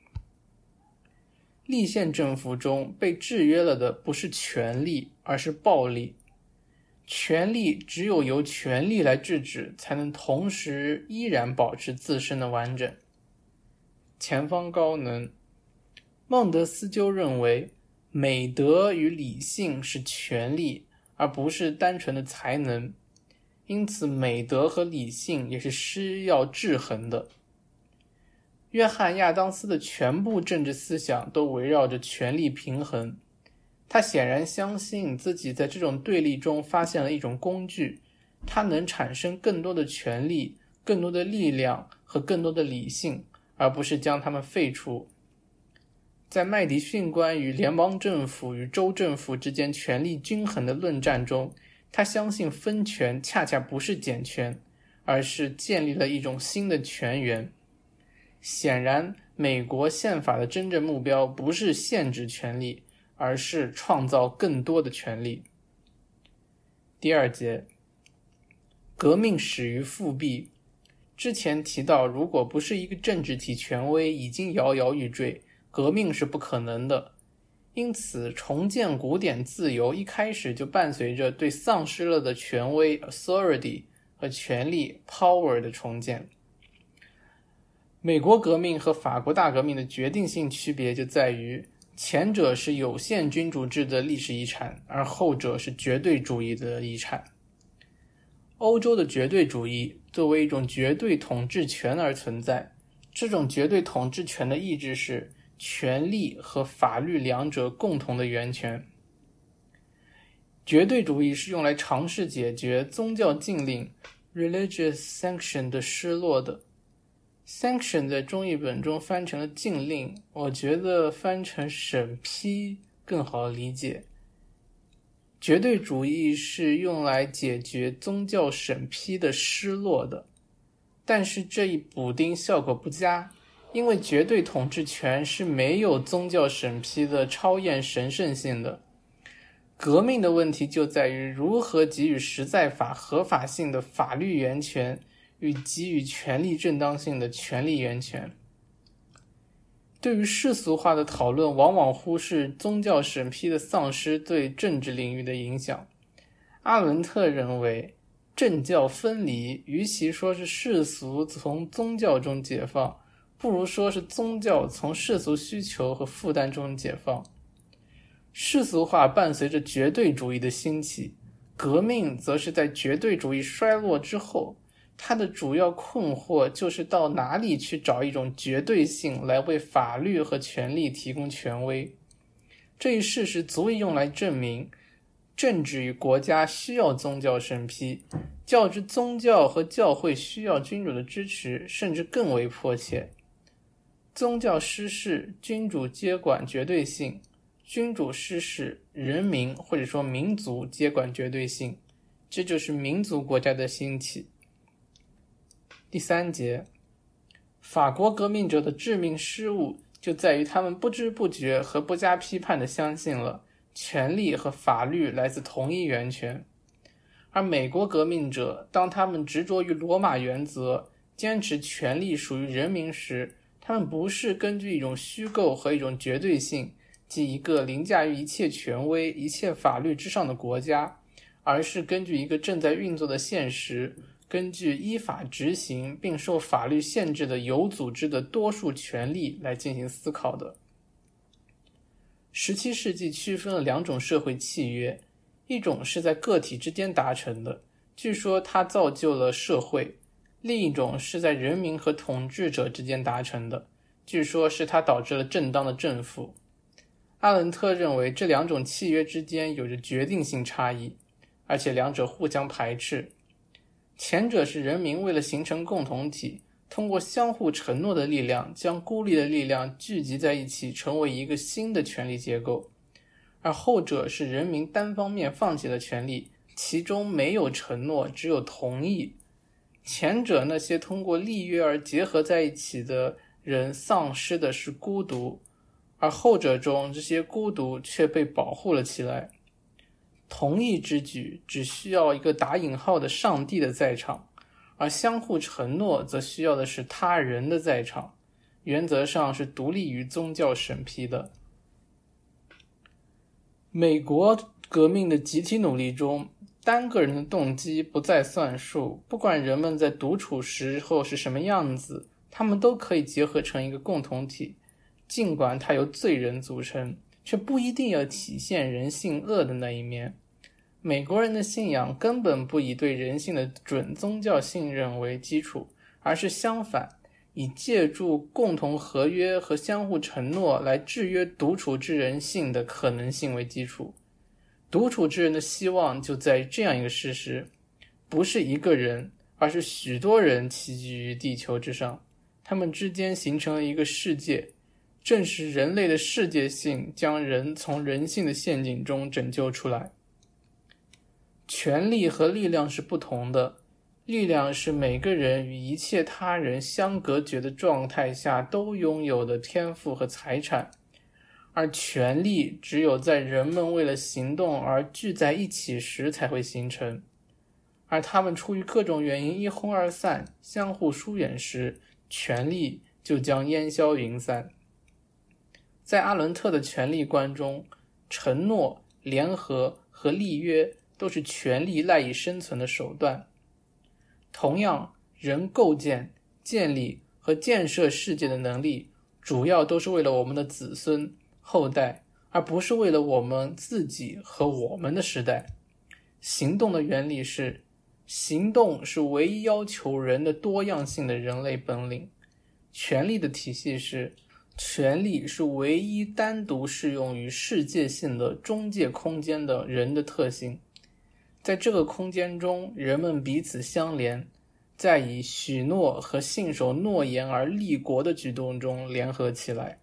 立宪政府中被制约了的不是权力，而是暴力。权力只有由权力来制止，才能同时依然保持自身的完整。前方高能。孟德斯鸠认为，美德与理性是权力，而不是单纯的才能，因此美德和理性也是需要制衡的。约翰亚当斯的全部政治思想都围绕着权力平衡，他显然相信自己在这种对立中发现了一种工具，它能产生更多的权力、更多的力量和更多的理性，而不是将它们废除。在麦迪逊关于联邦政府与州政府之间权力均衡的论战中，他相信分权恰恰不是减权，而是建立了一种新的权源。显然，美国宪法的真正目标不是限制权力，而是创造更多的权利。第2节，革命始于复辟。之前提到，如果不是一个政治体权威已经摇摇欲坠，革命是不可能的。因此，重建古典自由一开始就伴随着对丧失了的权威 authority 和权力 power 的重建。美国革命和法国大革命的决定性区别就在于，前者是有限君主制的历史遗产，而后者是绝对主义的遗产。欧洲的绝对主义作为一种绝对统治权而存在，这种绝对统治权的意志是权力和法律两者共同的源泉。绝对主义是用来尝试解决宗教禁令 religious sanction 的失落的。sanction 在中译本中翻成了禁令，我觉得翻成审批更好理解。绝对主义是用来解决宗教审批的失落的，但是这一补丁效果不佳，因为绝对统治权是没有宗教审批的超验神圣性的。革命的问题就在于如何给予实在法合法性的法律源泉与给予权力正当性的权力源泉。对于世俗化的讨论往往忽视宗教审批的丧失对政治领域的影响。阿伦特认为，政教分离与其说是世俗从宗教中解放，不如说是宗教从世俗需求和负担中解放。世俗化伴随着绝对主义的兴起，革命则是在绝对主义衰落之后，它的主要困惑就是到哪里去找一种绝对性来为法律和权力提供权威。这一事实足以用来证明，政治与国家需要宗教审批，较之宗教和教会需要君主的支持，甚至更为迫切。宗教失势，君主接管绝对性， 君主失势，人民或者说民族接管绝对性，这就是民族国家的兴起。第3节，法国革命者的致命失误就在于他们不知不觉和不加批判地相信了权力和法律来自同一源泉。而美国革命者当他们执着于罗马原则，坚持权力属于人民时，他们不是根据一种虚构和一种绝对性，即一个凌驾于一切权威、一切法律之上的国家，而是根据一个正在运作的现实，根据依法执行并受法律限制的有组织的多数权力来进行思考的。17世纪区分了2种社会契约，一种是在个体之间达成的，据说它造就了社会；另一种是在人民和统治者之间达成的，据说是它导致了正当的政府。阿伦特认为这2种契约之间有着决定性差异，而且两者互相排斥。前者是人民为了形成共同体，通过相互承诺的力量将孤立的力量聚集在一起，成为一个新的权力结构；而后者是人民单方面放弃了权利，其中没有承诺，只有同意。前者那些通过立约而结合在一起的人丧失的是孤独，而后者中这些孤独却被保护了起来。同意之举只需要一个打引号的上帝的在场，而相互承诺则需要的是他人的在场，原则上是独立于宗教审批的。美国革命的集体努力中，单个人的动机不再算数，不管人们在独处时候是什么样子，他们都可以结合成一个共同体，尽管它由罪人组成，却不一定要体现人性恶的那一面。美国人的信仰根本不以对人性的准宗教信任为基础，而是相反，以借助共同合约和相互承诺来制约独处之人性的可能性为基础。独处之人的希望就在于这样一个事实，不是一个人，而是许多人栖居于地球之上，他们之间形成了一个世界，正是人类的世界性将人从人性的陷阱中拯救出来。权力和力量是不同的，力量是每个人与一切他人相隔绝的状态下都拥有的天赋和财产，而权力只有在人们为了行动而聚在一起时才会形成，而他们出于各种原因一哄而散，相互疏远时，权力就将烟消云散。在阿伦特的权力观中，承诺、联合和立约都是权力赖以生存的手段。同样，人构建、建立和建设世界的能力，主要都是为了我们的子孙、后代，而不是为了我们自己和我们的时代。行动的原理是，行动是唯一要求人的多样性的人类本领。权力的体系是，权力是唯一单独适用于世界性的中介空间的人的特性。在这个空间中，人们彼此相连，在以许诺和信守诺言而立国的举动中联合起来。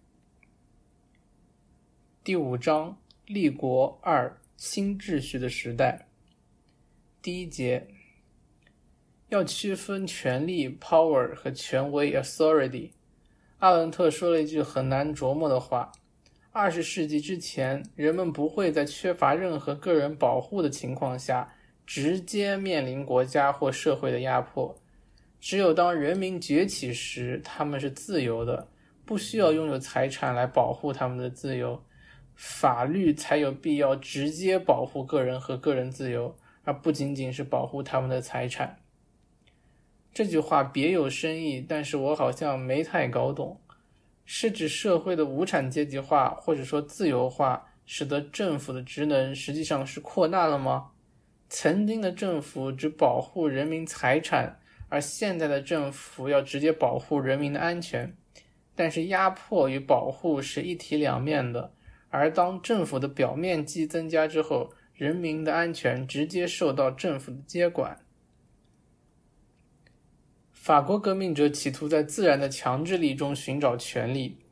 第5章，立国2，新秩序的时代。第1节，要区分权力 power 和权威 authority。阿伦特说了一句很难琢磨的话：20世纪之前，人们不会在缺乏任何个人保护的情况下直接面临国家或社会的压迫。只有当人民崛起时，他们是自由的，不需要拥有财产来保护他们的自由。法律才有必要直接保护个人和个人自由，而不仅仅是保护他们的财产。这句话别有深意，但是我好像没太搞懂。是指社会的无产阶级化或者说自由化，使得政府的职能实际上是扩大了吗？曾经的政府只保护人民财产，而现在的政府要直接保护人民的安全。但是压迫与保护是一体两面的，而当政府的表面积增加之后，人民的安全直接受到政府的接管。法国革命者企图在自然的强制力中寻找权力，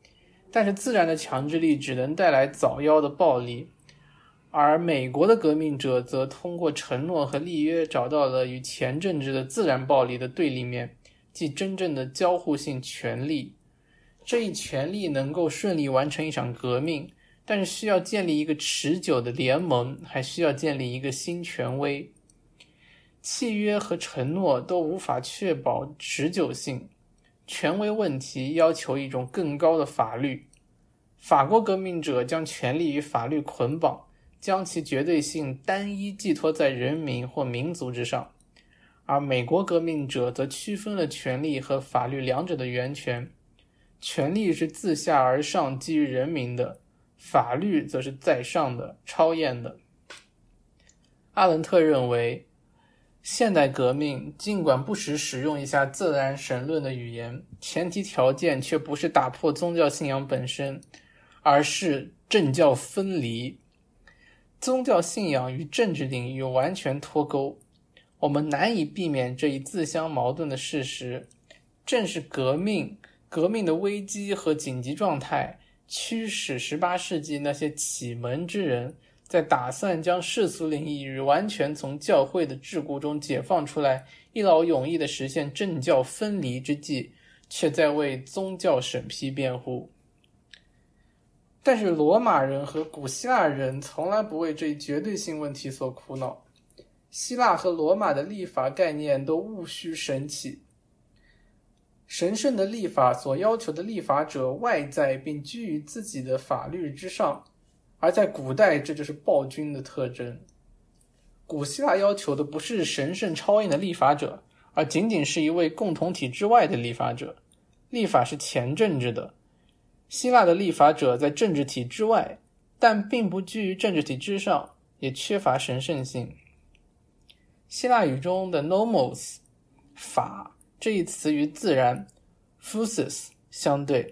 但是自然的强制力只能带来早夭的暴力，而美国的革命者则通过承诺和立约找到了与前政治的自然暴力的对立面，即真正的交互性权力。这一权力能够顺利完成一场革命，但是需要建立一个持久的联盟，还需要建立一个新权威。契约和承诺都无法确保持久性，权威问题要求一种更高的法律。法国革命者将权力与法律捆绑，将其绝对性单一寄托在人民或民族之上，而美国革命者则区分了权力和法律两者的源泉。权力是自下而上基于人民的，法律则是在上的超验的。阿伦特认为，现代革命尽管不时使用一下自然神论的语言，前提条件却不是打破宗教信仰本身，而是政教分离。宗教信仰与政治领域完全脱钩，我们难以避免这一自相矛盾的事实。正是革命的危机和紧急状态驱使18世纪那些启蒙之人在打算将世俗领域完全从教会的桎梏中解放出来，一劳永逸地实现政教分离之际，却在为宗教审批辩护。但是罗马人和古希腊人从来不为这一绝对性问题所苦恼。希腊和罗马的立法概念都务虚神奇，神圣的立法所要求的立法者外在并居于自己的法律之上，而在古代这就是暴君的特征。古希腊要求的不是神圣超验的立法者，而仅仅是一位共同体之外的立法者。立法是前政治的，希腊的立法者在政治体之外，但并不居于政治体之上，也缺乏神圣性。希腊语中的 nomos 法这一词与自然 physis 相对，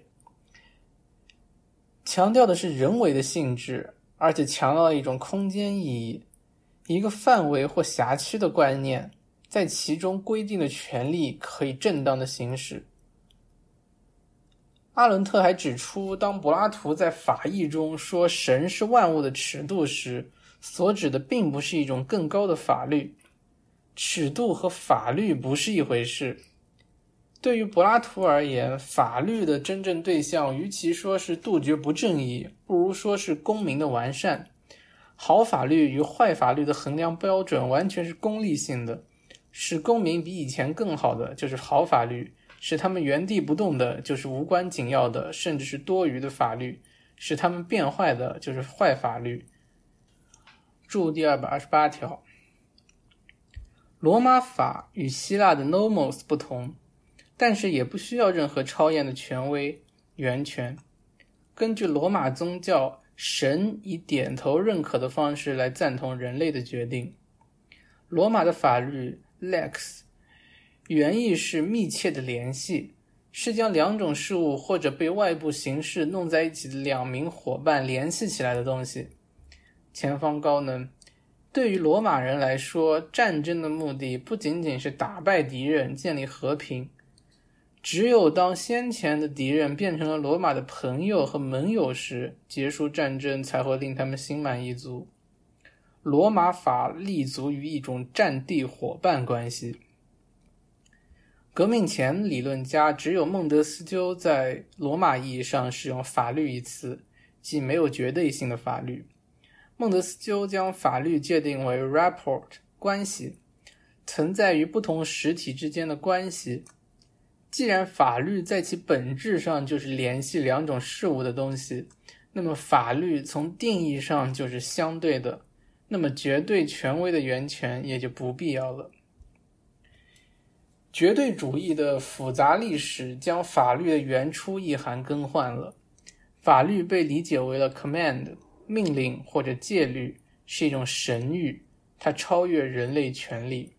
强调的是人为的性质，而且强调了一种空间意义，一个范围或辖区的观念，在其中规定的权利可以正当的行使。阿伦特还指出，当柏拉图在法义中说神是万物的尺度时，所指的并不是一种更高的法律，尺度和法律不是一回事。对于柏拉图而言，法律的真正对象与其说是杜绝不正义，不如说是公民的完善。好法律与坏法律的衡量标准完全是功利性的，使公民比以前更好的就是好法律，使他们原地不动的就是无关紧要的甚至是多余的法律，使他们变坏的就是坏法律。注第228条。罗马法与希腊的 nomos 不同，但是也不需要任何超验的权威源泉。根据罗马宗教，神以点头认可的方式来赞同人类的决定。罗马的法律 lex 原意是密切的联系，是将两种事物或者被外部形式弄在一起的两名伙伴联系起来的东西。前方高能。对于罗马人来说，战争的目的不仅仅是打败敌人，建立和平。只有当先前的敌人变成了罗马的朋友和盟友时，结束战争才会令他们心满意足。罗马法立足于一种战地伙伴关系。革命前，理论家只有孟德斯鸠在罗马意义上使用法律一词，即没有绝对性的法律。孟德斯鸠将法律界定为 rapport 关系，存在于不同实体之间的关系。既然法律在其本质上就是联系两种事物的东西，那么法律从定义上就是相对的，那么绝对权威的源泉也就不必要了。绝对主义的复杂历史将法律的原初意涵更换了，法律被理解为了 command命令或者戒律，是一种神谕，它超越人类权利。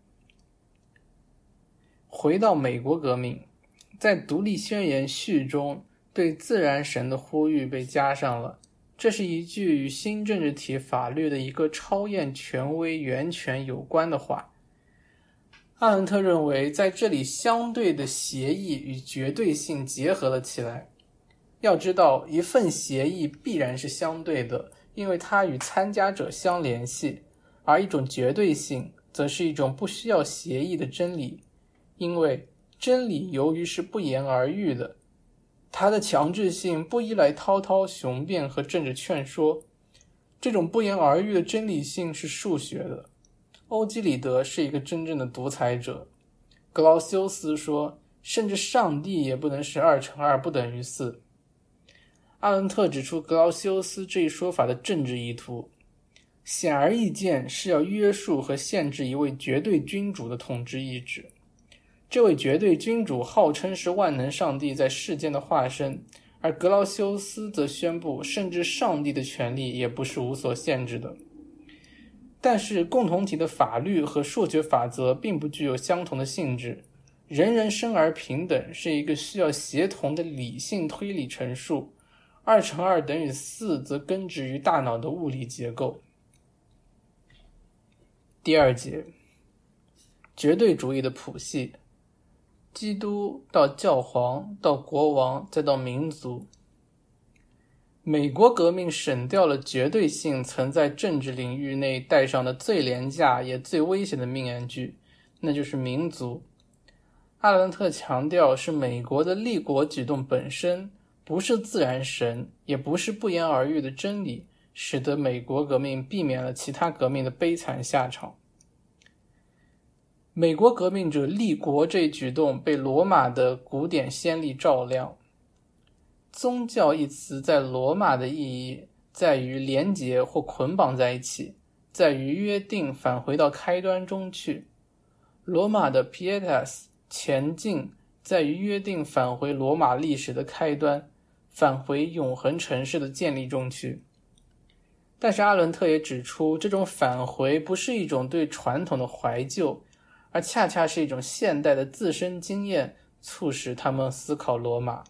回到美国革命，在独立宣言序中对自然神的呼吁被加上了，这是一句与新政治体法律的一个超验权威源泉有关的话。阿伦特认为，在这里相对的协议与绝对性结合了起来。 要知道，一份协议必然是相对的，因为它与参加者相联系，而一种绝对性则是一种不需要协议的真理，因为真理由于是不言而喻的，它的强制性不依赖滔滔雄辩和政治劝说，这种不言而喻的真理性是数学的。欧几里得是一个真正的独裁者，格劳修斯说，甚至上帝也不能使2乘2不等于4。阿伦特指出格劳修斯这一说法的政治意图，显而易见是要约束和限制一位绝对君主的统治意志。这位绝对君主号称是万能上帝在世间的化身，而格劳修斯则宣布，甚至上帝的权力也不是无所限制的。但是共同体的法律和数学法则并不具有相同的性质，人人生而平等是一个需要协同的理性推理陈述，2乘2等于4则根植于大脑的物理结构。第2节，绝对主义的谱系，基督到教皇到国王再到民族。美国革命省掉了绝对性曾在政治领域内戴上的最廉价也最危险的面具，那就是民族。阿伦特强调，是美国的立国举动本身，不是自然神，也不是不言而喻的真理，使得美国革命避免了其他革命的悲惨下场。美国革命者立国这一举动被罗马的古典先例照亮。宗教一词在罗马的意义在于连结或捆绑在一起，在于约定返回到开端中去。罗马的 pietas 前进在于约定返回罗马历史的开端，返回永恒城市的建立中去。但是阿伦特也指出，这种返回不是一种对传统的怀旧，而恰恰是一种现代的自身经验促使他们思考罗马。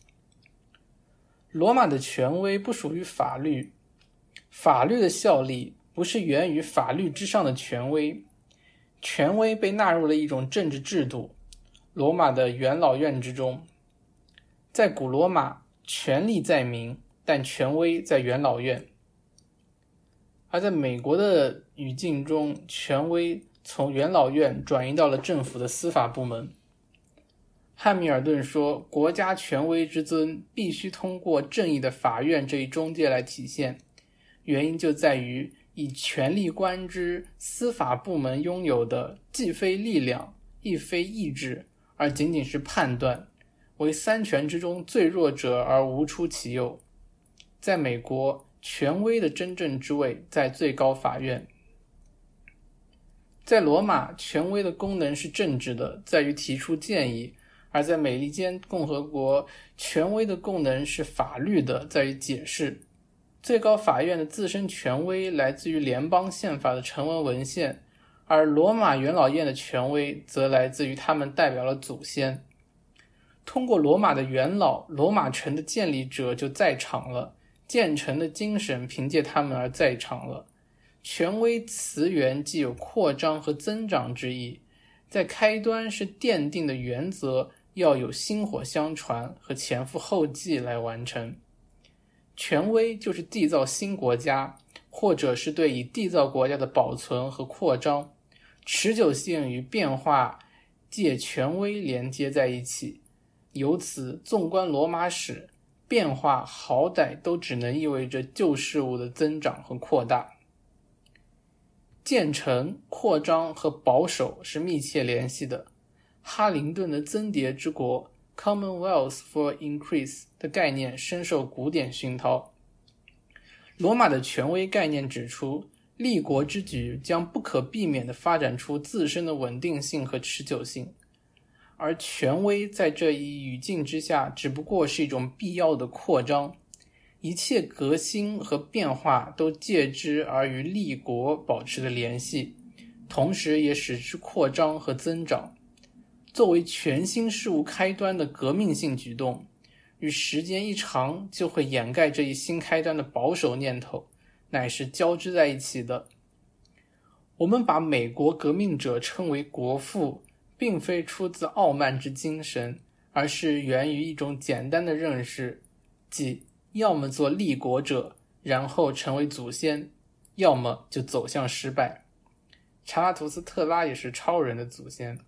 罗马的权威不属于法律，法律的效力不是源于法律之上的权威，权威被纳入了一种政治制度，罗马的元老院之中。在古罗马，权力在民，但权威在元老院。而在美国的语境中，权威从元老院转移到了政府的司法部门。汉密尔顿说，国家权威之尊必须通过正义的法院这一中介来体现，原因就在于以权力观之，司法部门拥有的既非力量亦非意志，而仅仅是判断，为三权之中最弱者而无出其右。在美国，权威的真正之位在最高法院。在罗马，权威的功能是政治的，在于提出建议；而在美利坚共和国，权威的功能是法律的，在于解释。最高法院的自身权威来自于联邦宪法的成文文献，而罗马元老院的权威则来自于他们代表了祖先。通过罗马的元老，罗马城的建立者就在场了，建成的精神凭借他们而在场了。权威词源既有扩张和增长之意，在开端是奠定的原则要有薪火相传和前赴后继来完成。权威就是缔造新国家，或者是对已缔造国家的保存和扩张。持久性与变化借权威连接在一起，由此纵观罗马史，变化好歹都只能意味着旧事物的增长和扩大。建成、扩张和保守是密切联系的。哈林顿的增迭之国 Commonwealth for Increase 的概念深受古典熏陶。罗马的权威概念指出，立国之举将不可避免地发展出自身的稳定性和持久性，而权威在这一语境之下只不过是一种必要的扩张。一切革新和变化都借之而与立国保持了联系，同时也使之扩张和增长。作为全新事物开端的革命性举动，与时间一长就会掩盖这一新开端的保守念头，乃是交织在一起的。我们把美国革命者称为国父，并非出自傲慢之精神，而是源于一种简单的认识： 即要么做立国者，然后成为祖先，要么就走向失败。查拉图斯特拉也是超人的祖先。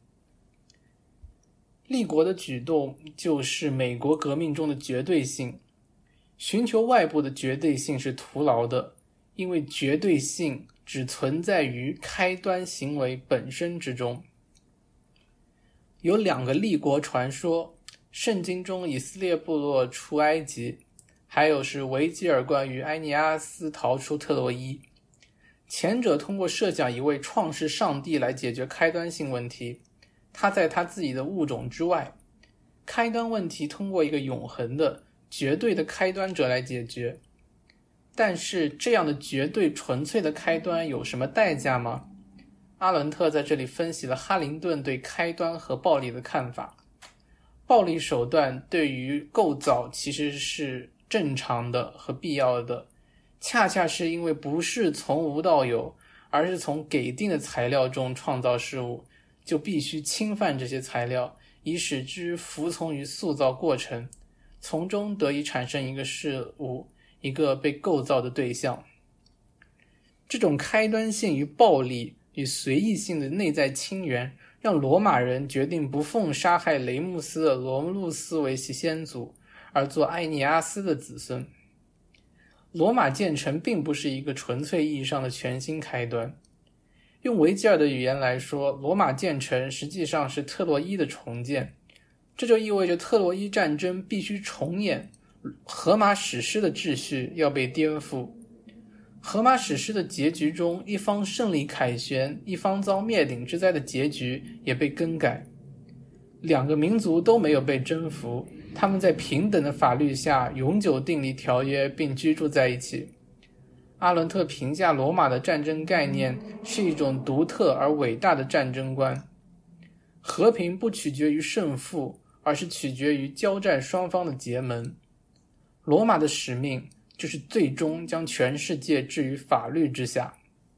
立国的举动就是美国革命中的绝对性，寻求外部的绝对性是徒劳的，因为绝对性只存在于开端行为本身之中。有2个立国传说，圣经中以色列部落出埃及，还有是维吉尔关于埃尼阿斯逃出特洛伊。前者通过设想一位创世上帝来解决开端性问题，他在他自己的物种之外。开端问题通过一个永恒的绝对的开端者来解决。但是这样的绝对纯粹的开端有什么代价吗？阿伦特在这里分析了哈林顿对开端和暴力的看法。暴力手段对于构造其实是正常的和必要的，恰恰是因为不是从无到有，而是从给定的材料中创造事物，就必须侵犯这些材料，以使之服从于塑造过程，从中得以产生一个事物，一个被构造的对象。这种开端性与暴力与随意性的内在亲缘，让罗马人决定不奉杀害雷穆斯的罗慕路斯为其先祖，而做埃尼阿斯的子孙。罗马建成并不是一个纯粹意义上的全新开端。用维吉尔的语言来说，罗马建成实际上是特洛伊的重建，这就意味着特洛伊战争必须重演，荷马史诗的秩序要被颠覆。荷马史诗的结局中，一方胜利凯旋，一方遭灭顶之灾的结局也被更改。2个民族都没有被征服，他们在平等的法律下永久订立条约并居住在一起。阿伦特评价罗马的战争概念是一种独特而伟大的战争观。和平不取决于胜负，而是取决于交战双方的结盟。罗马的使命就是最终将全世界置于法律之下。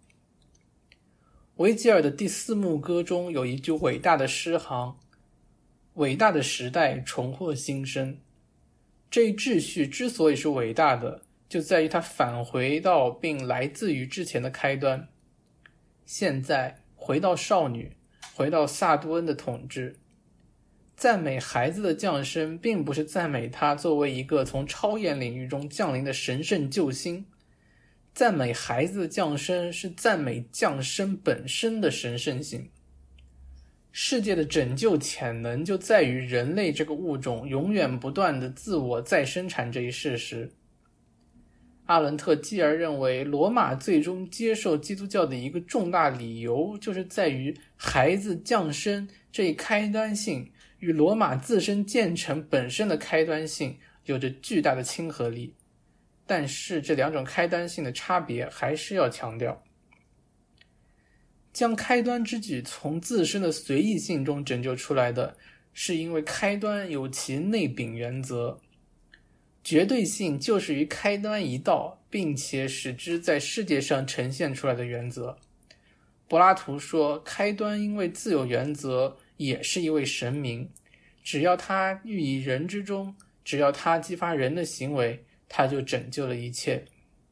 维吉尔的第4牧歌中有一句伟大的诗行：伟大的时代重获新生。这一秩序之所以是伟大的，就在于它返回到并来自于之前的开端。现在回到少女，回到萨杜恩的统治。赞美孩子的降生并不是赞美他作为一个从超验领域中降临的神圣救星，赞美孩子的降生是赞美降生本身的神圣性。世界的拯救潜能就在于人类这个物种永远不断的自我再生产这一事实。阿伦特继而认为，罗马最终接受基督教的一个重大理由，就是在于孩子降生这一开端性与罗马自身建成本身的开端性有着巨大的亲和力。但是这2种开端性的差别还是要强调。将开端之举从自身的随意性中拯救出来的，是因为开端有其内禀原则。绝对性就是于开端一道，并且使之在世界上呈现出来的原则。柏拉图说，开端因为自有原则，也是一位神明，只要他寓于人之中，只要他激发人的行为，他就拯救了一切。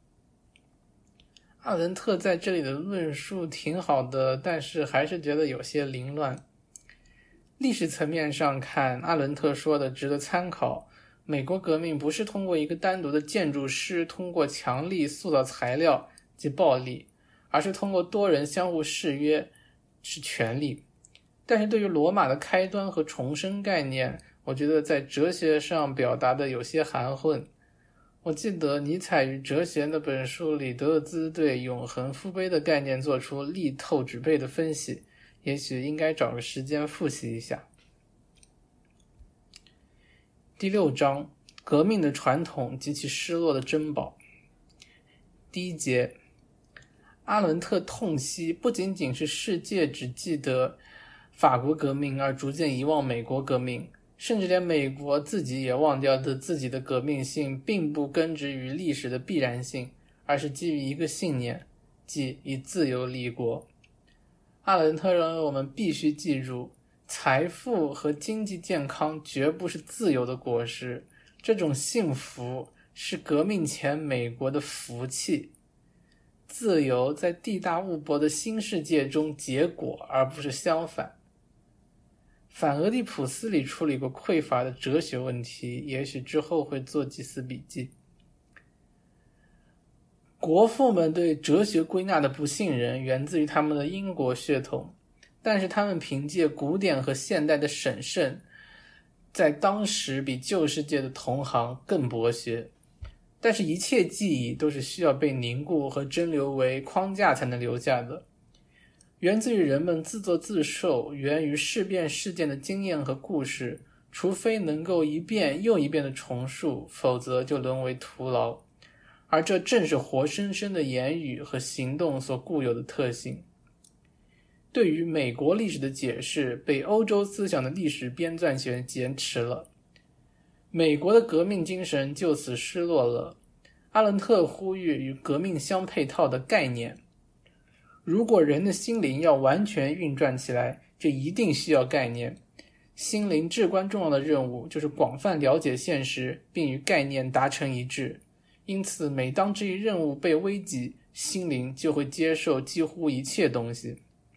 阿伦特在这里的论述挺好的，但是还是觉得有些凌乱。历史层面上看，阿伦特说的值得参考。美国革命不是通过一个单独的建筑师通过强力塑造材料及暴力，而是通过多人相互誓约，是权力。但是对于罗马的开端和重生概念，我觉得在哲学上表达的有些含混。我记得尼采与哲学那本书里，德勒兹对永恒父辈的概念做出力透纸背的分析，也许应该找个时间复习一下。第6章，革命的传统及其失落的珍宝。第1节，阿伦特痛惜不仅仅是世界只记得法国革命而逐渐遗忘美国革命，甚至连美国自己也忘掉的自己的革命性并不根植于历史的必然性，而是基于一个信念，即以自由立国。阿伦特认为我们必须记住，财富和经济健康绝不是自由的果实， 这种幸福是革命前美国的福气，自由在地大物博的新世界中结果，而不是相反。反俄狄浦斯里处理过匮乏的哲学问题，也许之后会做几次笔记。国父们对哲学归纳的不信任源自于他们的英国血统，但是他们凭借古典和现代的审慎，在当时比旧世界的同行更博学。但是一切记忆都是需要被凝固和蒸馏为框架才能留下的，源自于人们自作自受，源于事变事件的经验和故事，除非能够一遍又一遍的重述，否则就沦为徒劳。而这正是活生生的言语和行动所固有的特性。对于美国历史的解释被欧洲思想的历史编纂学劫持了，美国的革命精神就此失落了。阿伦特呼吁与革命相配套的概念，如果人的心灵要完全运转起来，这一定需要概念。心灵至关重要的任务就是广泛了解现实，并与概念达成一致。因此每当这一任务被危及，心灵就会接受几乎一切东西。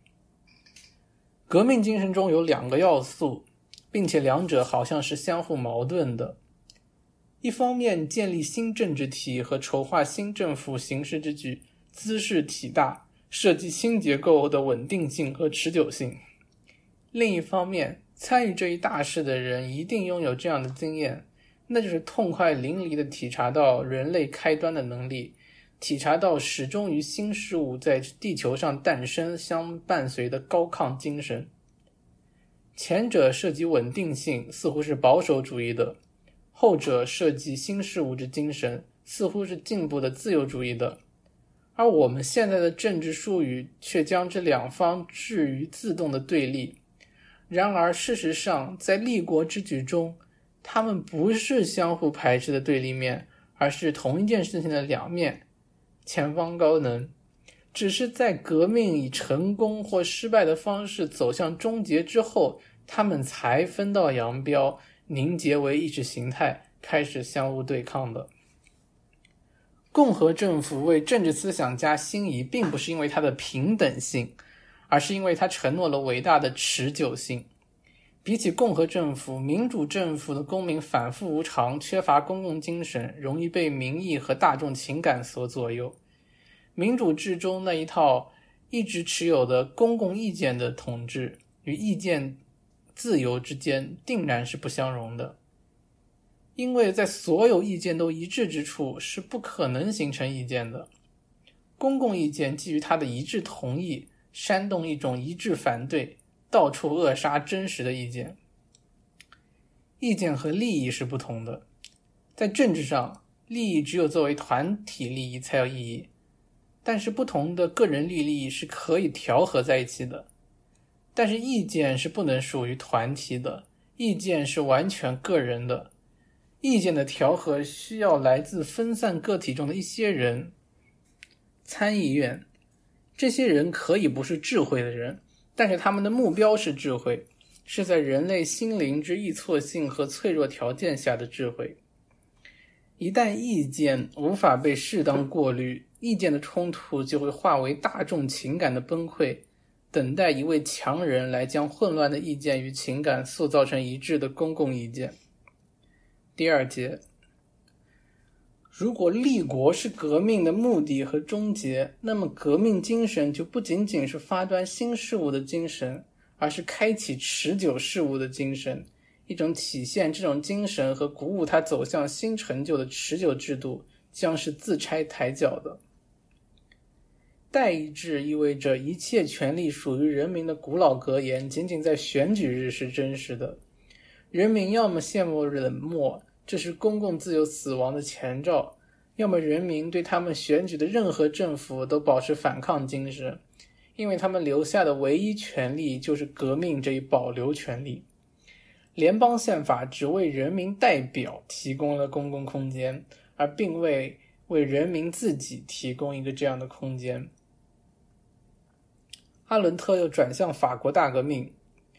革命精神中有两个要素，并且两者好像是相互矛盾的。一方面建立新政治体和筹划新政府行事之举，姿势体大，设计新结构的稳定性和持久性。另一方面，参与这一大事的人一定拥有这样的经验，那就是痛快淋漓地体察到人类开端的能力，体察到始终与新事物在地球上诞生相伴随的高亢精神。前者涉及稳定性，似乎是保守主义的；后者涉及新事物之精神，似乎是进步的自由主义的。而我们现在的政治术语却将这两方置于自动的对立。然而事实上，在立国之举中，他们不是相互排斥的对立面，而是同一件事情的两面，前方高能。只是在革命以成功或失败的方式走向终结之后，他们才分道扬镳，凝结为意识形态，开始相互对抗的。共和政府为政治思想家心仪，并不是因为它的平等性，而是因为它承诺了伟大的持久性。比起共和政府，民主政府的公民反复无常，缺乏公共精神，容易被民意和大众情感所左右。民主制中那一套一直持有的公共意见的统治与意见自由之间定然是不相容的，因为在所有意见都一致之处是不可能形成意见的。公共意见基于它的一致同意，煽动一种一致反对，到处扼杀真实的意见。意见和利益是不同的，在政治上，利益只有作为团体利益才有意义，但是不同的个人利益是可以调和在一起的。但是意见是不能属于团体的，意见是完全个人的。意见的调和需要来自分散个体中的一些人。参议院，这些人可以不是智慧的人，但是他们的目标是智慧，是在人类心灵之易错性和脆弱条件下的智慧。一旦意见无法被适当过滤，意见的冲突就会化为大众情感的崩溃，等待一位强人来将混乱的意见与情感塑造成一致的公共意见。第二节，如果立国是革命的目的和终结，那么革命精神就不仅仅是发端新事物的精神，而是开启持久事物的精神，一种体现这种精神和鼓舞它走向新成就的持久制度将是自拆台脚的。代议制意味着一切权利属于人民的古老格言仅仅在选举日是真实的。人民要么陷入冷漠，这是公共自由死亡的前兆，要么人民对他们选举的任何政府都保持反抗精神，因为他们留下的唯一权利就是革命这一保留权利。联邦宪法只为人民代表提供了公共空间，而并未为人民自己提供一个这样的空间。阿伦特又转向法国大革命。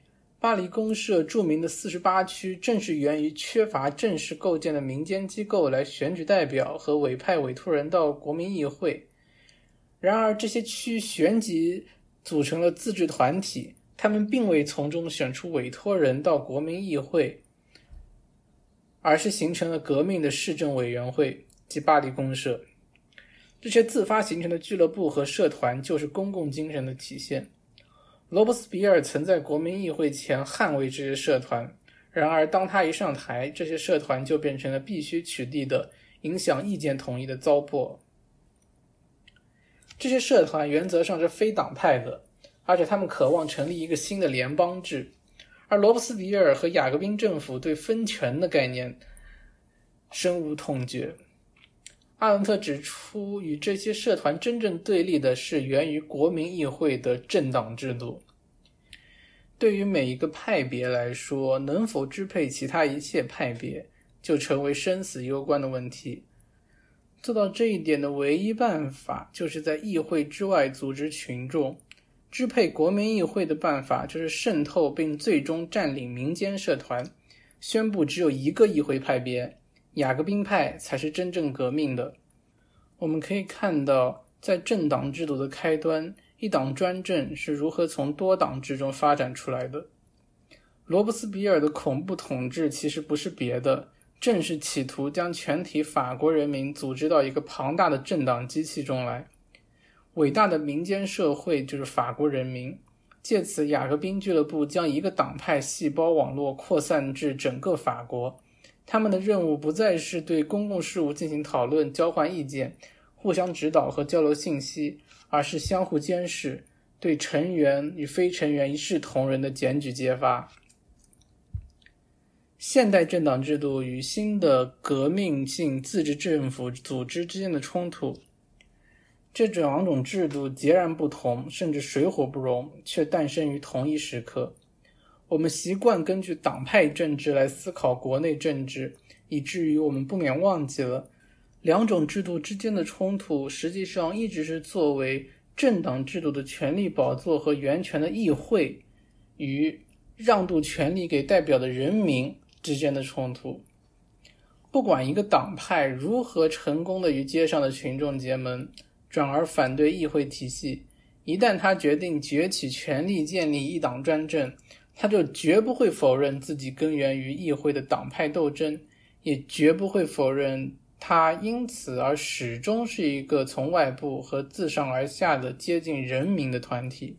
巴黎公社著名的48区正是源于缺乏正式构建的民间机构来选举代表和委派委托人到国民议会。然而这些区旋即组成了自治团体，他们并未从中选出委托人到国民议会，而是形成了革命的市政委员会及巴黎公社。这些自发形成的俱乐部和社团就是公共精神的体现。罗伯斯比尔曾在国民议会前捍卫这些社团，然而当他一上台，这些社团就变成了必须取缔的影响意见统一的糟粕。这些社团原则上是非党派的，而且他们渴望成立一个新的联邦制，而罗伯斯比尔和雅各宾政府对分权的概念深恶痛绝。阿伦特指出，与这些社团真正对立的是源于国民议会的政党制度。对于每一个派别来说，能否支配其他一切派别，就成为生死攸关的问题。做到这一点的唯一办法，就是在议会之外组织群众。支配国民议会的办法，就是渗透并最终占领民间社团，宣布只有一个议会派别，雅各宾派才是真正革命的。我们可以看到，在政党制度的开端，一党专政是如何从多党制中发展出来的。罗伯斯比尔的恐怖统治其实不是别的，正是企图将全体法国人民组织到一个庞大的政党机器中来。伟大的民间社会就是法国人民，借此雅各宾俱乐部将一个党派细胞网络扩散至整个法国。他们的任务不再是对公共事务进行讨论、交换意见、互相指导和交流信息，而是相互监视，对成员与非成员一视同仁的检举揭发。现代政党制度与新的革命性自治政府组织之间的冲突，这两种制度截然不同，甚至水火不容，却诞生于同一时刻。我们习惯根据党派政治来思考国内政治，以至于我们不免忘记了，两种制度之间的冲突实际上一直是作为政党制度的权力宝座和源泉的议会与让渡权力给代表的人民之间的冲突。不管一个党派如何成功地与街上的群众结盟，转而反对议会体系，一旦他决定攫取权力建立一党专政，他就绝不会否认自己根源于议会的党派斗争，也绝不会否认他因此而始终是一个从外部和自上而下的接近人民的团体。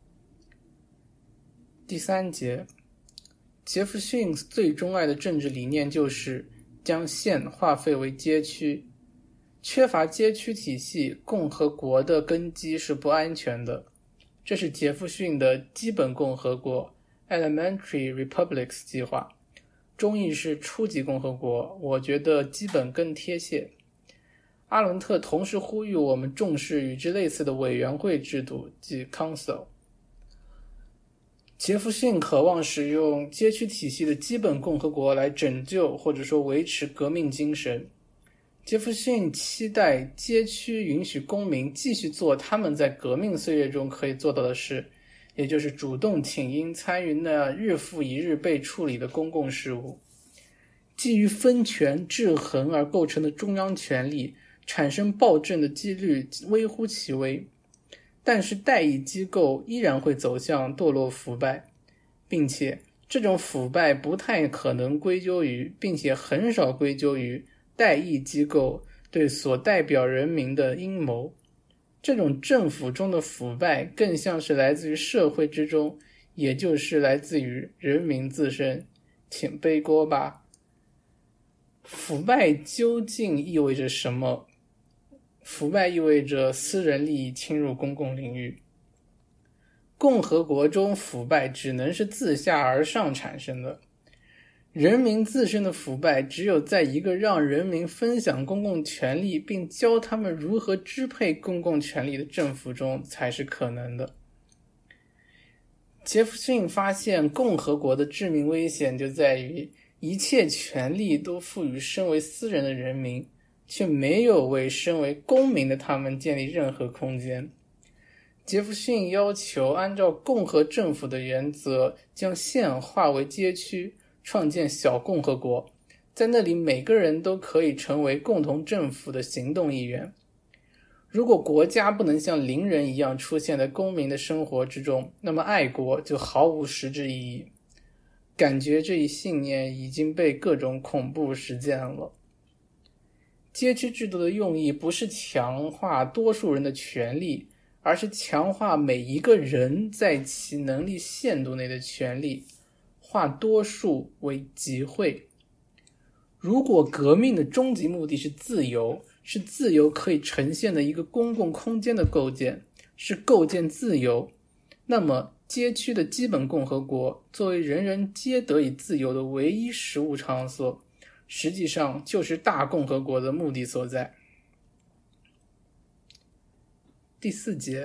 第3节，杰弗逊最钟爱的政治理念就是将县划废为街区。缺乏街区体系，共和国的根基是不安全的。这是杰弗逊的基本共和国 Elementary Republics 计划，中译是初级共和国，我觉得基本更贴切。阿伦特同时呼吁我们重视与之类似的委员会制度，即 Council。杰弗逊渴望使用街区体系的基本共和国来拯救或者说维持革命精神。杰弗逊期待街区允许公民继续做他们在革命岁月中可以做到的事，也就是主动请缨参与那日复一日被处理的公共事务。基于分权制衡而构成的中央权力产生暴政的几率微乎其微，但是代议机构依然会走向堕落腐败，并且这种腐败不太可能归咎于，并且很少归咎于代议机构对所代表人民的阴谋。这种政府中的腐败更像是来自于社会之中，也就是来自于人民自身，请背锅吧。腐败究竟意味着什么？腐败意味着私人利益侵入公共领域。共和国中腐败只能是自下而上产生的，人民自身的腐败只有在一个让人民分享公共权力并教他们如何支配公共权力的政府中才是可能的。杰弗逊发现共和国的致命危险就在于一切权力都赋予身为私人的人民，却没有为身为公民的他们建立任何空间。 杰弗逊要求按照共和政府的原则，将县划为街区，创建小共和国，在那里每个人都可以成为共同政府的行动一员。如果国家不能像邻人一样出现在公民的生活之中，那么爱国就毫无实质意义。感觉这一信念已经被各种恐怖实践了。街区制度的用意不是强化多数人的权利，而是强化每一个人在其能力限度内的权利，化多数为集会。如果革命的终极目的是自由，是自由可以呈现的一个公共空间的构建，是构建自由，那么街区的基本共和国作为人人皆得以自由的唯一实务场所，实际上就是大共和国的目的所在。第4节，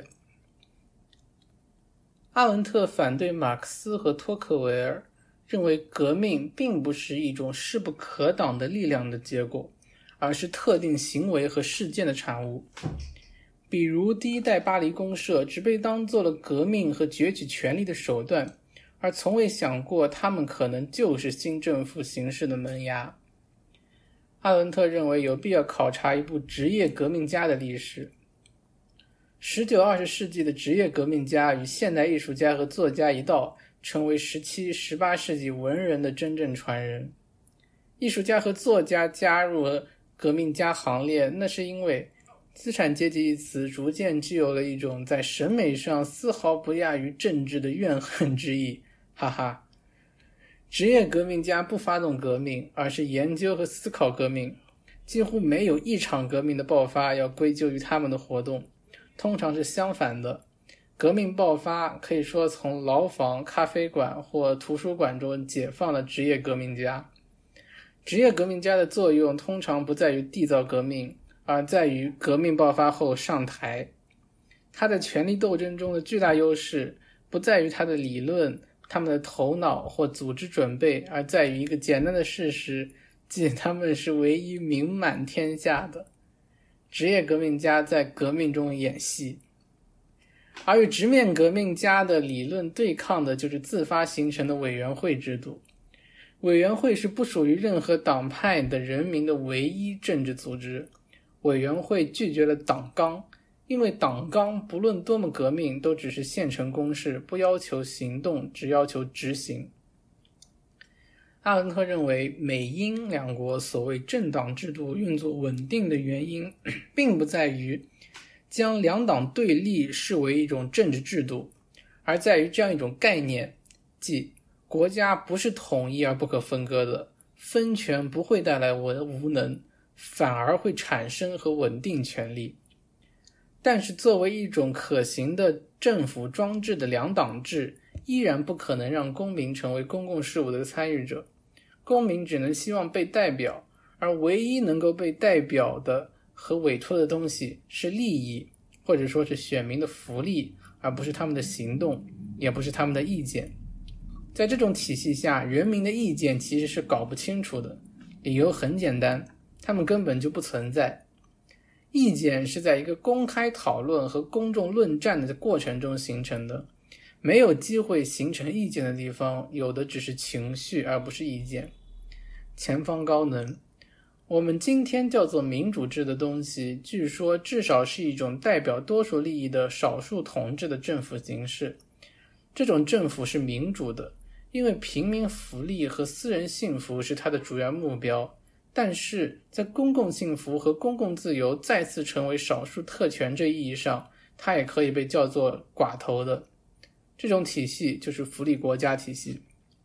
阿伦特反对马克思和托克维尔，认为革命并不是一种势不可挡的力量的结果，而是特定行为和事件的产物。比如第一代巴黎公社只被当作了革命和攫取权力的手段，而从未想过他们可能就是新政府形式的萌芽。阿伦特认为有必要考察一部职业革命家的历史。19、20世纪的职业革命家与现代艺术家和作家一道，成为17、18世纪文人的真正传人。艺术家和作家加入了革命家行列，那是因为资产阶级一词逐渐具有了一种在审美上丝毫不亚于政治的怨恨之意，哈哈。职业革命家不发动革命，而是研究和思考革命，几乎没有一场革命的爆发要归咎于他们的活动，通常是相反的。革命爆发可以说从牢房、咖啡馆或图书馆中解放了职业革命家。职业革命家的作用通常不在于缔造革命，而在于革命爆发后上台。他在权力斗争中的巨大优势不在于他的理论、他们的头脑或组织准备，而在于一个简单的事实，即他们是唯一名满天下的。职业革命家在革命中演戏，而与直面革命家的理论对抗的就是自发形成的委员会制度。委员会是不属于任何党派的人民的唯一政治组织。委员会拒绝了党纲，因为党纲不论多么革命都只是现成公式，不要求行动，只要求执行。阿伦特认为美英两国所谓政党制度运作稳定的原因并不在于将两党对立视为一种政治制度，而在于这样一种概念，即国家不是统一而不可分割的，分权不会带来无能，反而会产生和稳定权力。但是作为一种可行的政府装置的两党制，依然不可能让公民成为公共事务的参与者。公民只能希望被代表，而唯一能够被代表的和委托的东西是利益，或者说是选民的福利，而不是他们的行动，也不是他们的意见。在这种体系下，人民的意见其实是搞不清楚的，理由很简单，他们根本就不存在。意见是在一个公开讨论和公众论战的过程中形成的，没有机会形成意见的地方，有的只是情绪而不是意见。前方高能，我们今天叫做民主制的东西，据说至少是一种代表多数利益的少数统治的政府形式。这种政府是民主的，因为平民福利和私人幸福是它的主要目标，但是在公共幸福和公共自由再次成为少数特权这意义上，它也可以被叫做寡头的。这种体系就是福利国家体系。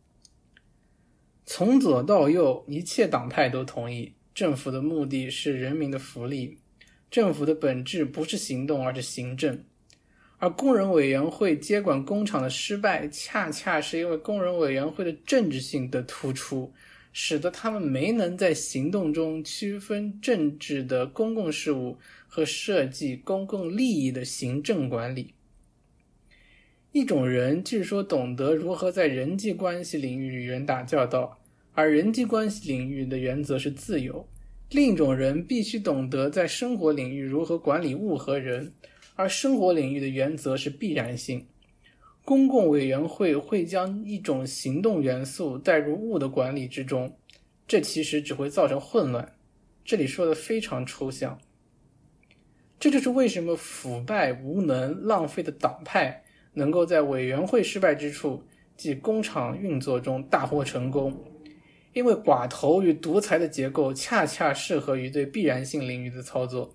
从左到右，一切党派都同意，政府的目的是人民的福利，政府的本质不是行动，而是行政。而工人委员会接管工厂的失败，恰恰是因为工人委员会的政治性的突出，使得他们没能在行动中区分政治的公共事务和设计公共利益的行政管理。一种人据说懂得如何在人际关系领域与人打交道，而人际关系领域的原则是自由。另一种人必须懂得在生活领域如何管理物和人， 而生活领域的原则是必然性。公共委员会会将一种行动元素带入物的管理之中，这其实只会造成混乱。这里说的非常抽象。这就是为什么腐败、无能、浪费的党派能够在委员会失败之处，即工厂运作中大获成功，因为寡头与独裁的结构恰恰适合于对必然性领域的操作。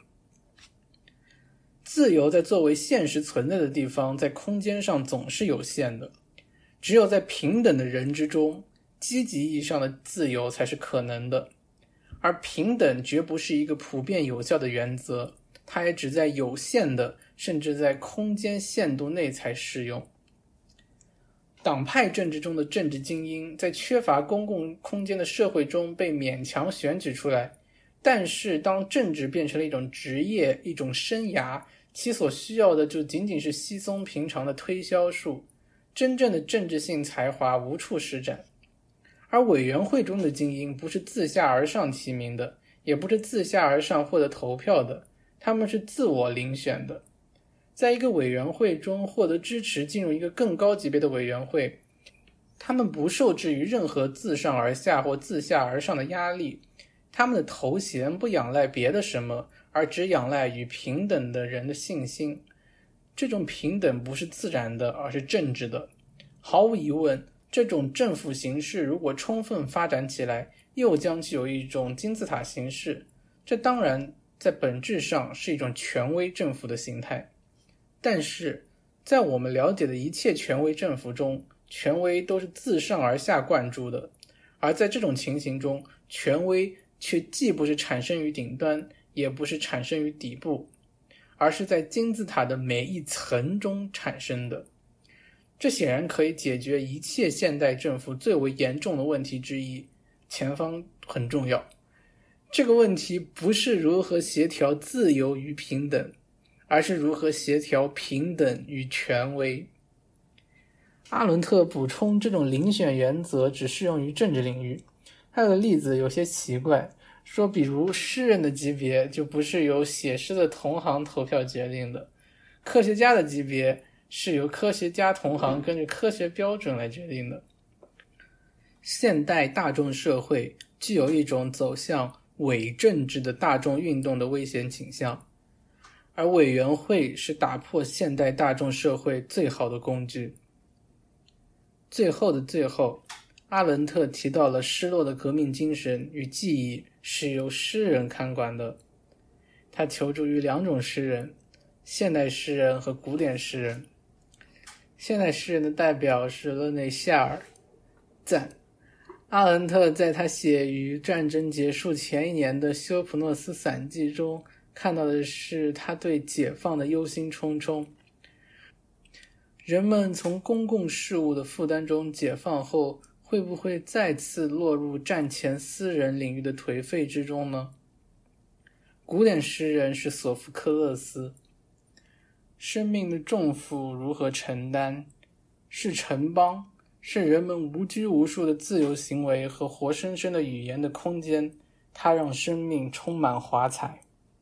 自由在作为现实存在的地方，在空间上总是有限的，只有在平等的人之中，积极意义上的自由才是可能的。而平等绝不是一个普遍有效的原则，它也只在有限的，甚至在空间限度内才适用。党派政治中的政治精英在缺乏公共空间的社会中被勉强选举出来，但是当政治变成了一种职业、一种生涯，其所需要的就仅仅是稀松平常的推销术，真正的政治性才华无处施展。而委员会中的精英不是自下而上提名的，也不是自下而上获得投票的，他们是自我遴选的。在一个委员会中获得支持进入一个更高级别的委员会，他们不受制于任何自上而下或自下而上的压力，他们的头衔不仰赖别的什么，而只仰赖与平等的人的信心。这种平等不是自然的，而是政治的。毫无疑问，这种政府形式如果充分发展起来，又将具有一种金字塔形式，这当然在本质上是一种权威政府的形态。但是在我们了解的一切权威政府中，权威都是自上而下灌注的，而在这种情形中，权威却既不是产生于顶端，也不是产生于底部，而是在金字塔的每一层中产生的。这显然可以解决一切现代政府最为严重的问题之一，前方很重要。这个问题不是如何协调自由与平等，而是如何协调平等与权威。阿伦特补充，这种遴选原则只适用于政治领域。他的例子有些奇怪，说比如诗人的级别就不是由写诗的同行投票决定的，科学家的级别是由科学家同行根据科学标准来决定的。现代大众社会具有一种走向伪政治的大众运动的危险倾向，而委员会是打破现代大众社会最好的工具。最后的最后，阿伦特提到了失落的革命精神与记忆是由诗人看管的。他求助于两种诗人，现代诗人和古典诗人。现代诗人的代表是勒内夏尔。赞。阿伦特在他写于战争结束前一年的休普诺斯散记中看到的是他对解放的忧心忡忡。人们从公共事务的负担中解放后，会不会再次落入战前私人领域的颓废之中呢？古典诗人是索福克勒斯。生命的重负如何承担？是城邦，是人们无拘无束的自由行为和活生生的语言的空间，它让生命充满华彩。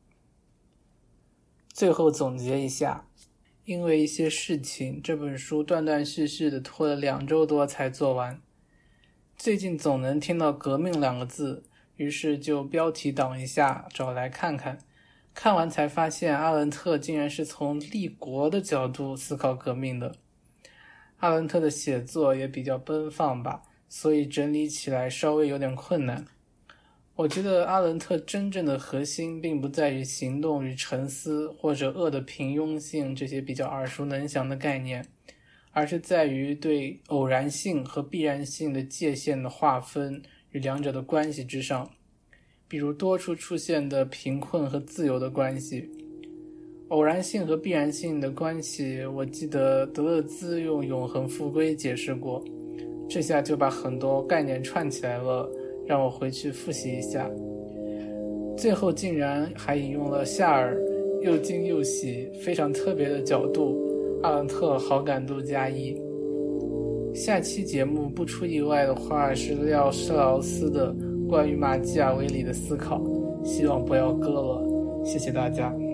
最后总结一下，因为一些事情，这本书断断续续的拖了2周多才做完。最近总能听到革命2个字，于是就标题党一下找来看看。看完才发现阿伦特竟然是从立国的角度思考革命的。阿伦特的写作也比较奔放吧，所以整理起来稍微有点困难。我觉得阿伦特真正的核心并不在于行动与沉思或者恶的平庸性这些比较耳熟能详的概念，而是在于对偶然性和必然性的界限的划分与两者的关系之上，比如多处出现的贫困和自由的关系。偶然性和必然性的关系，我记得德勒兹用永恒复归解释过，这下就把很多概念串起来了，让我回去复习一下。最后竟然还引用了夏尔，又惊又喜，非常特别的角度，阿伦特好感度加1。下期节目不出意外的话是廖施劳斯的关于马基雅维里的思考，希望不要割了，谢谢大家。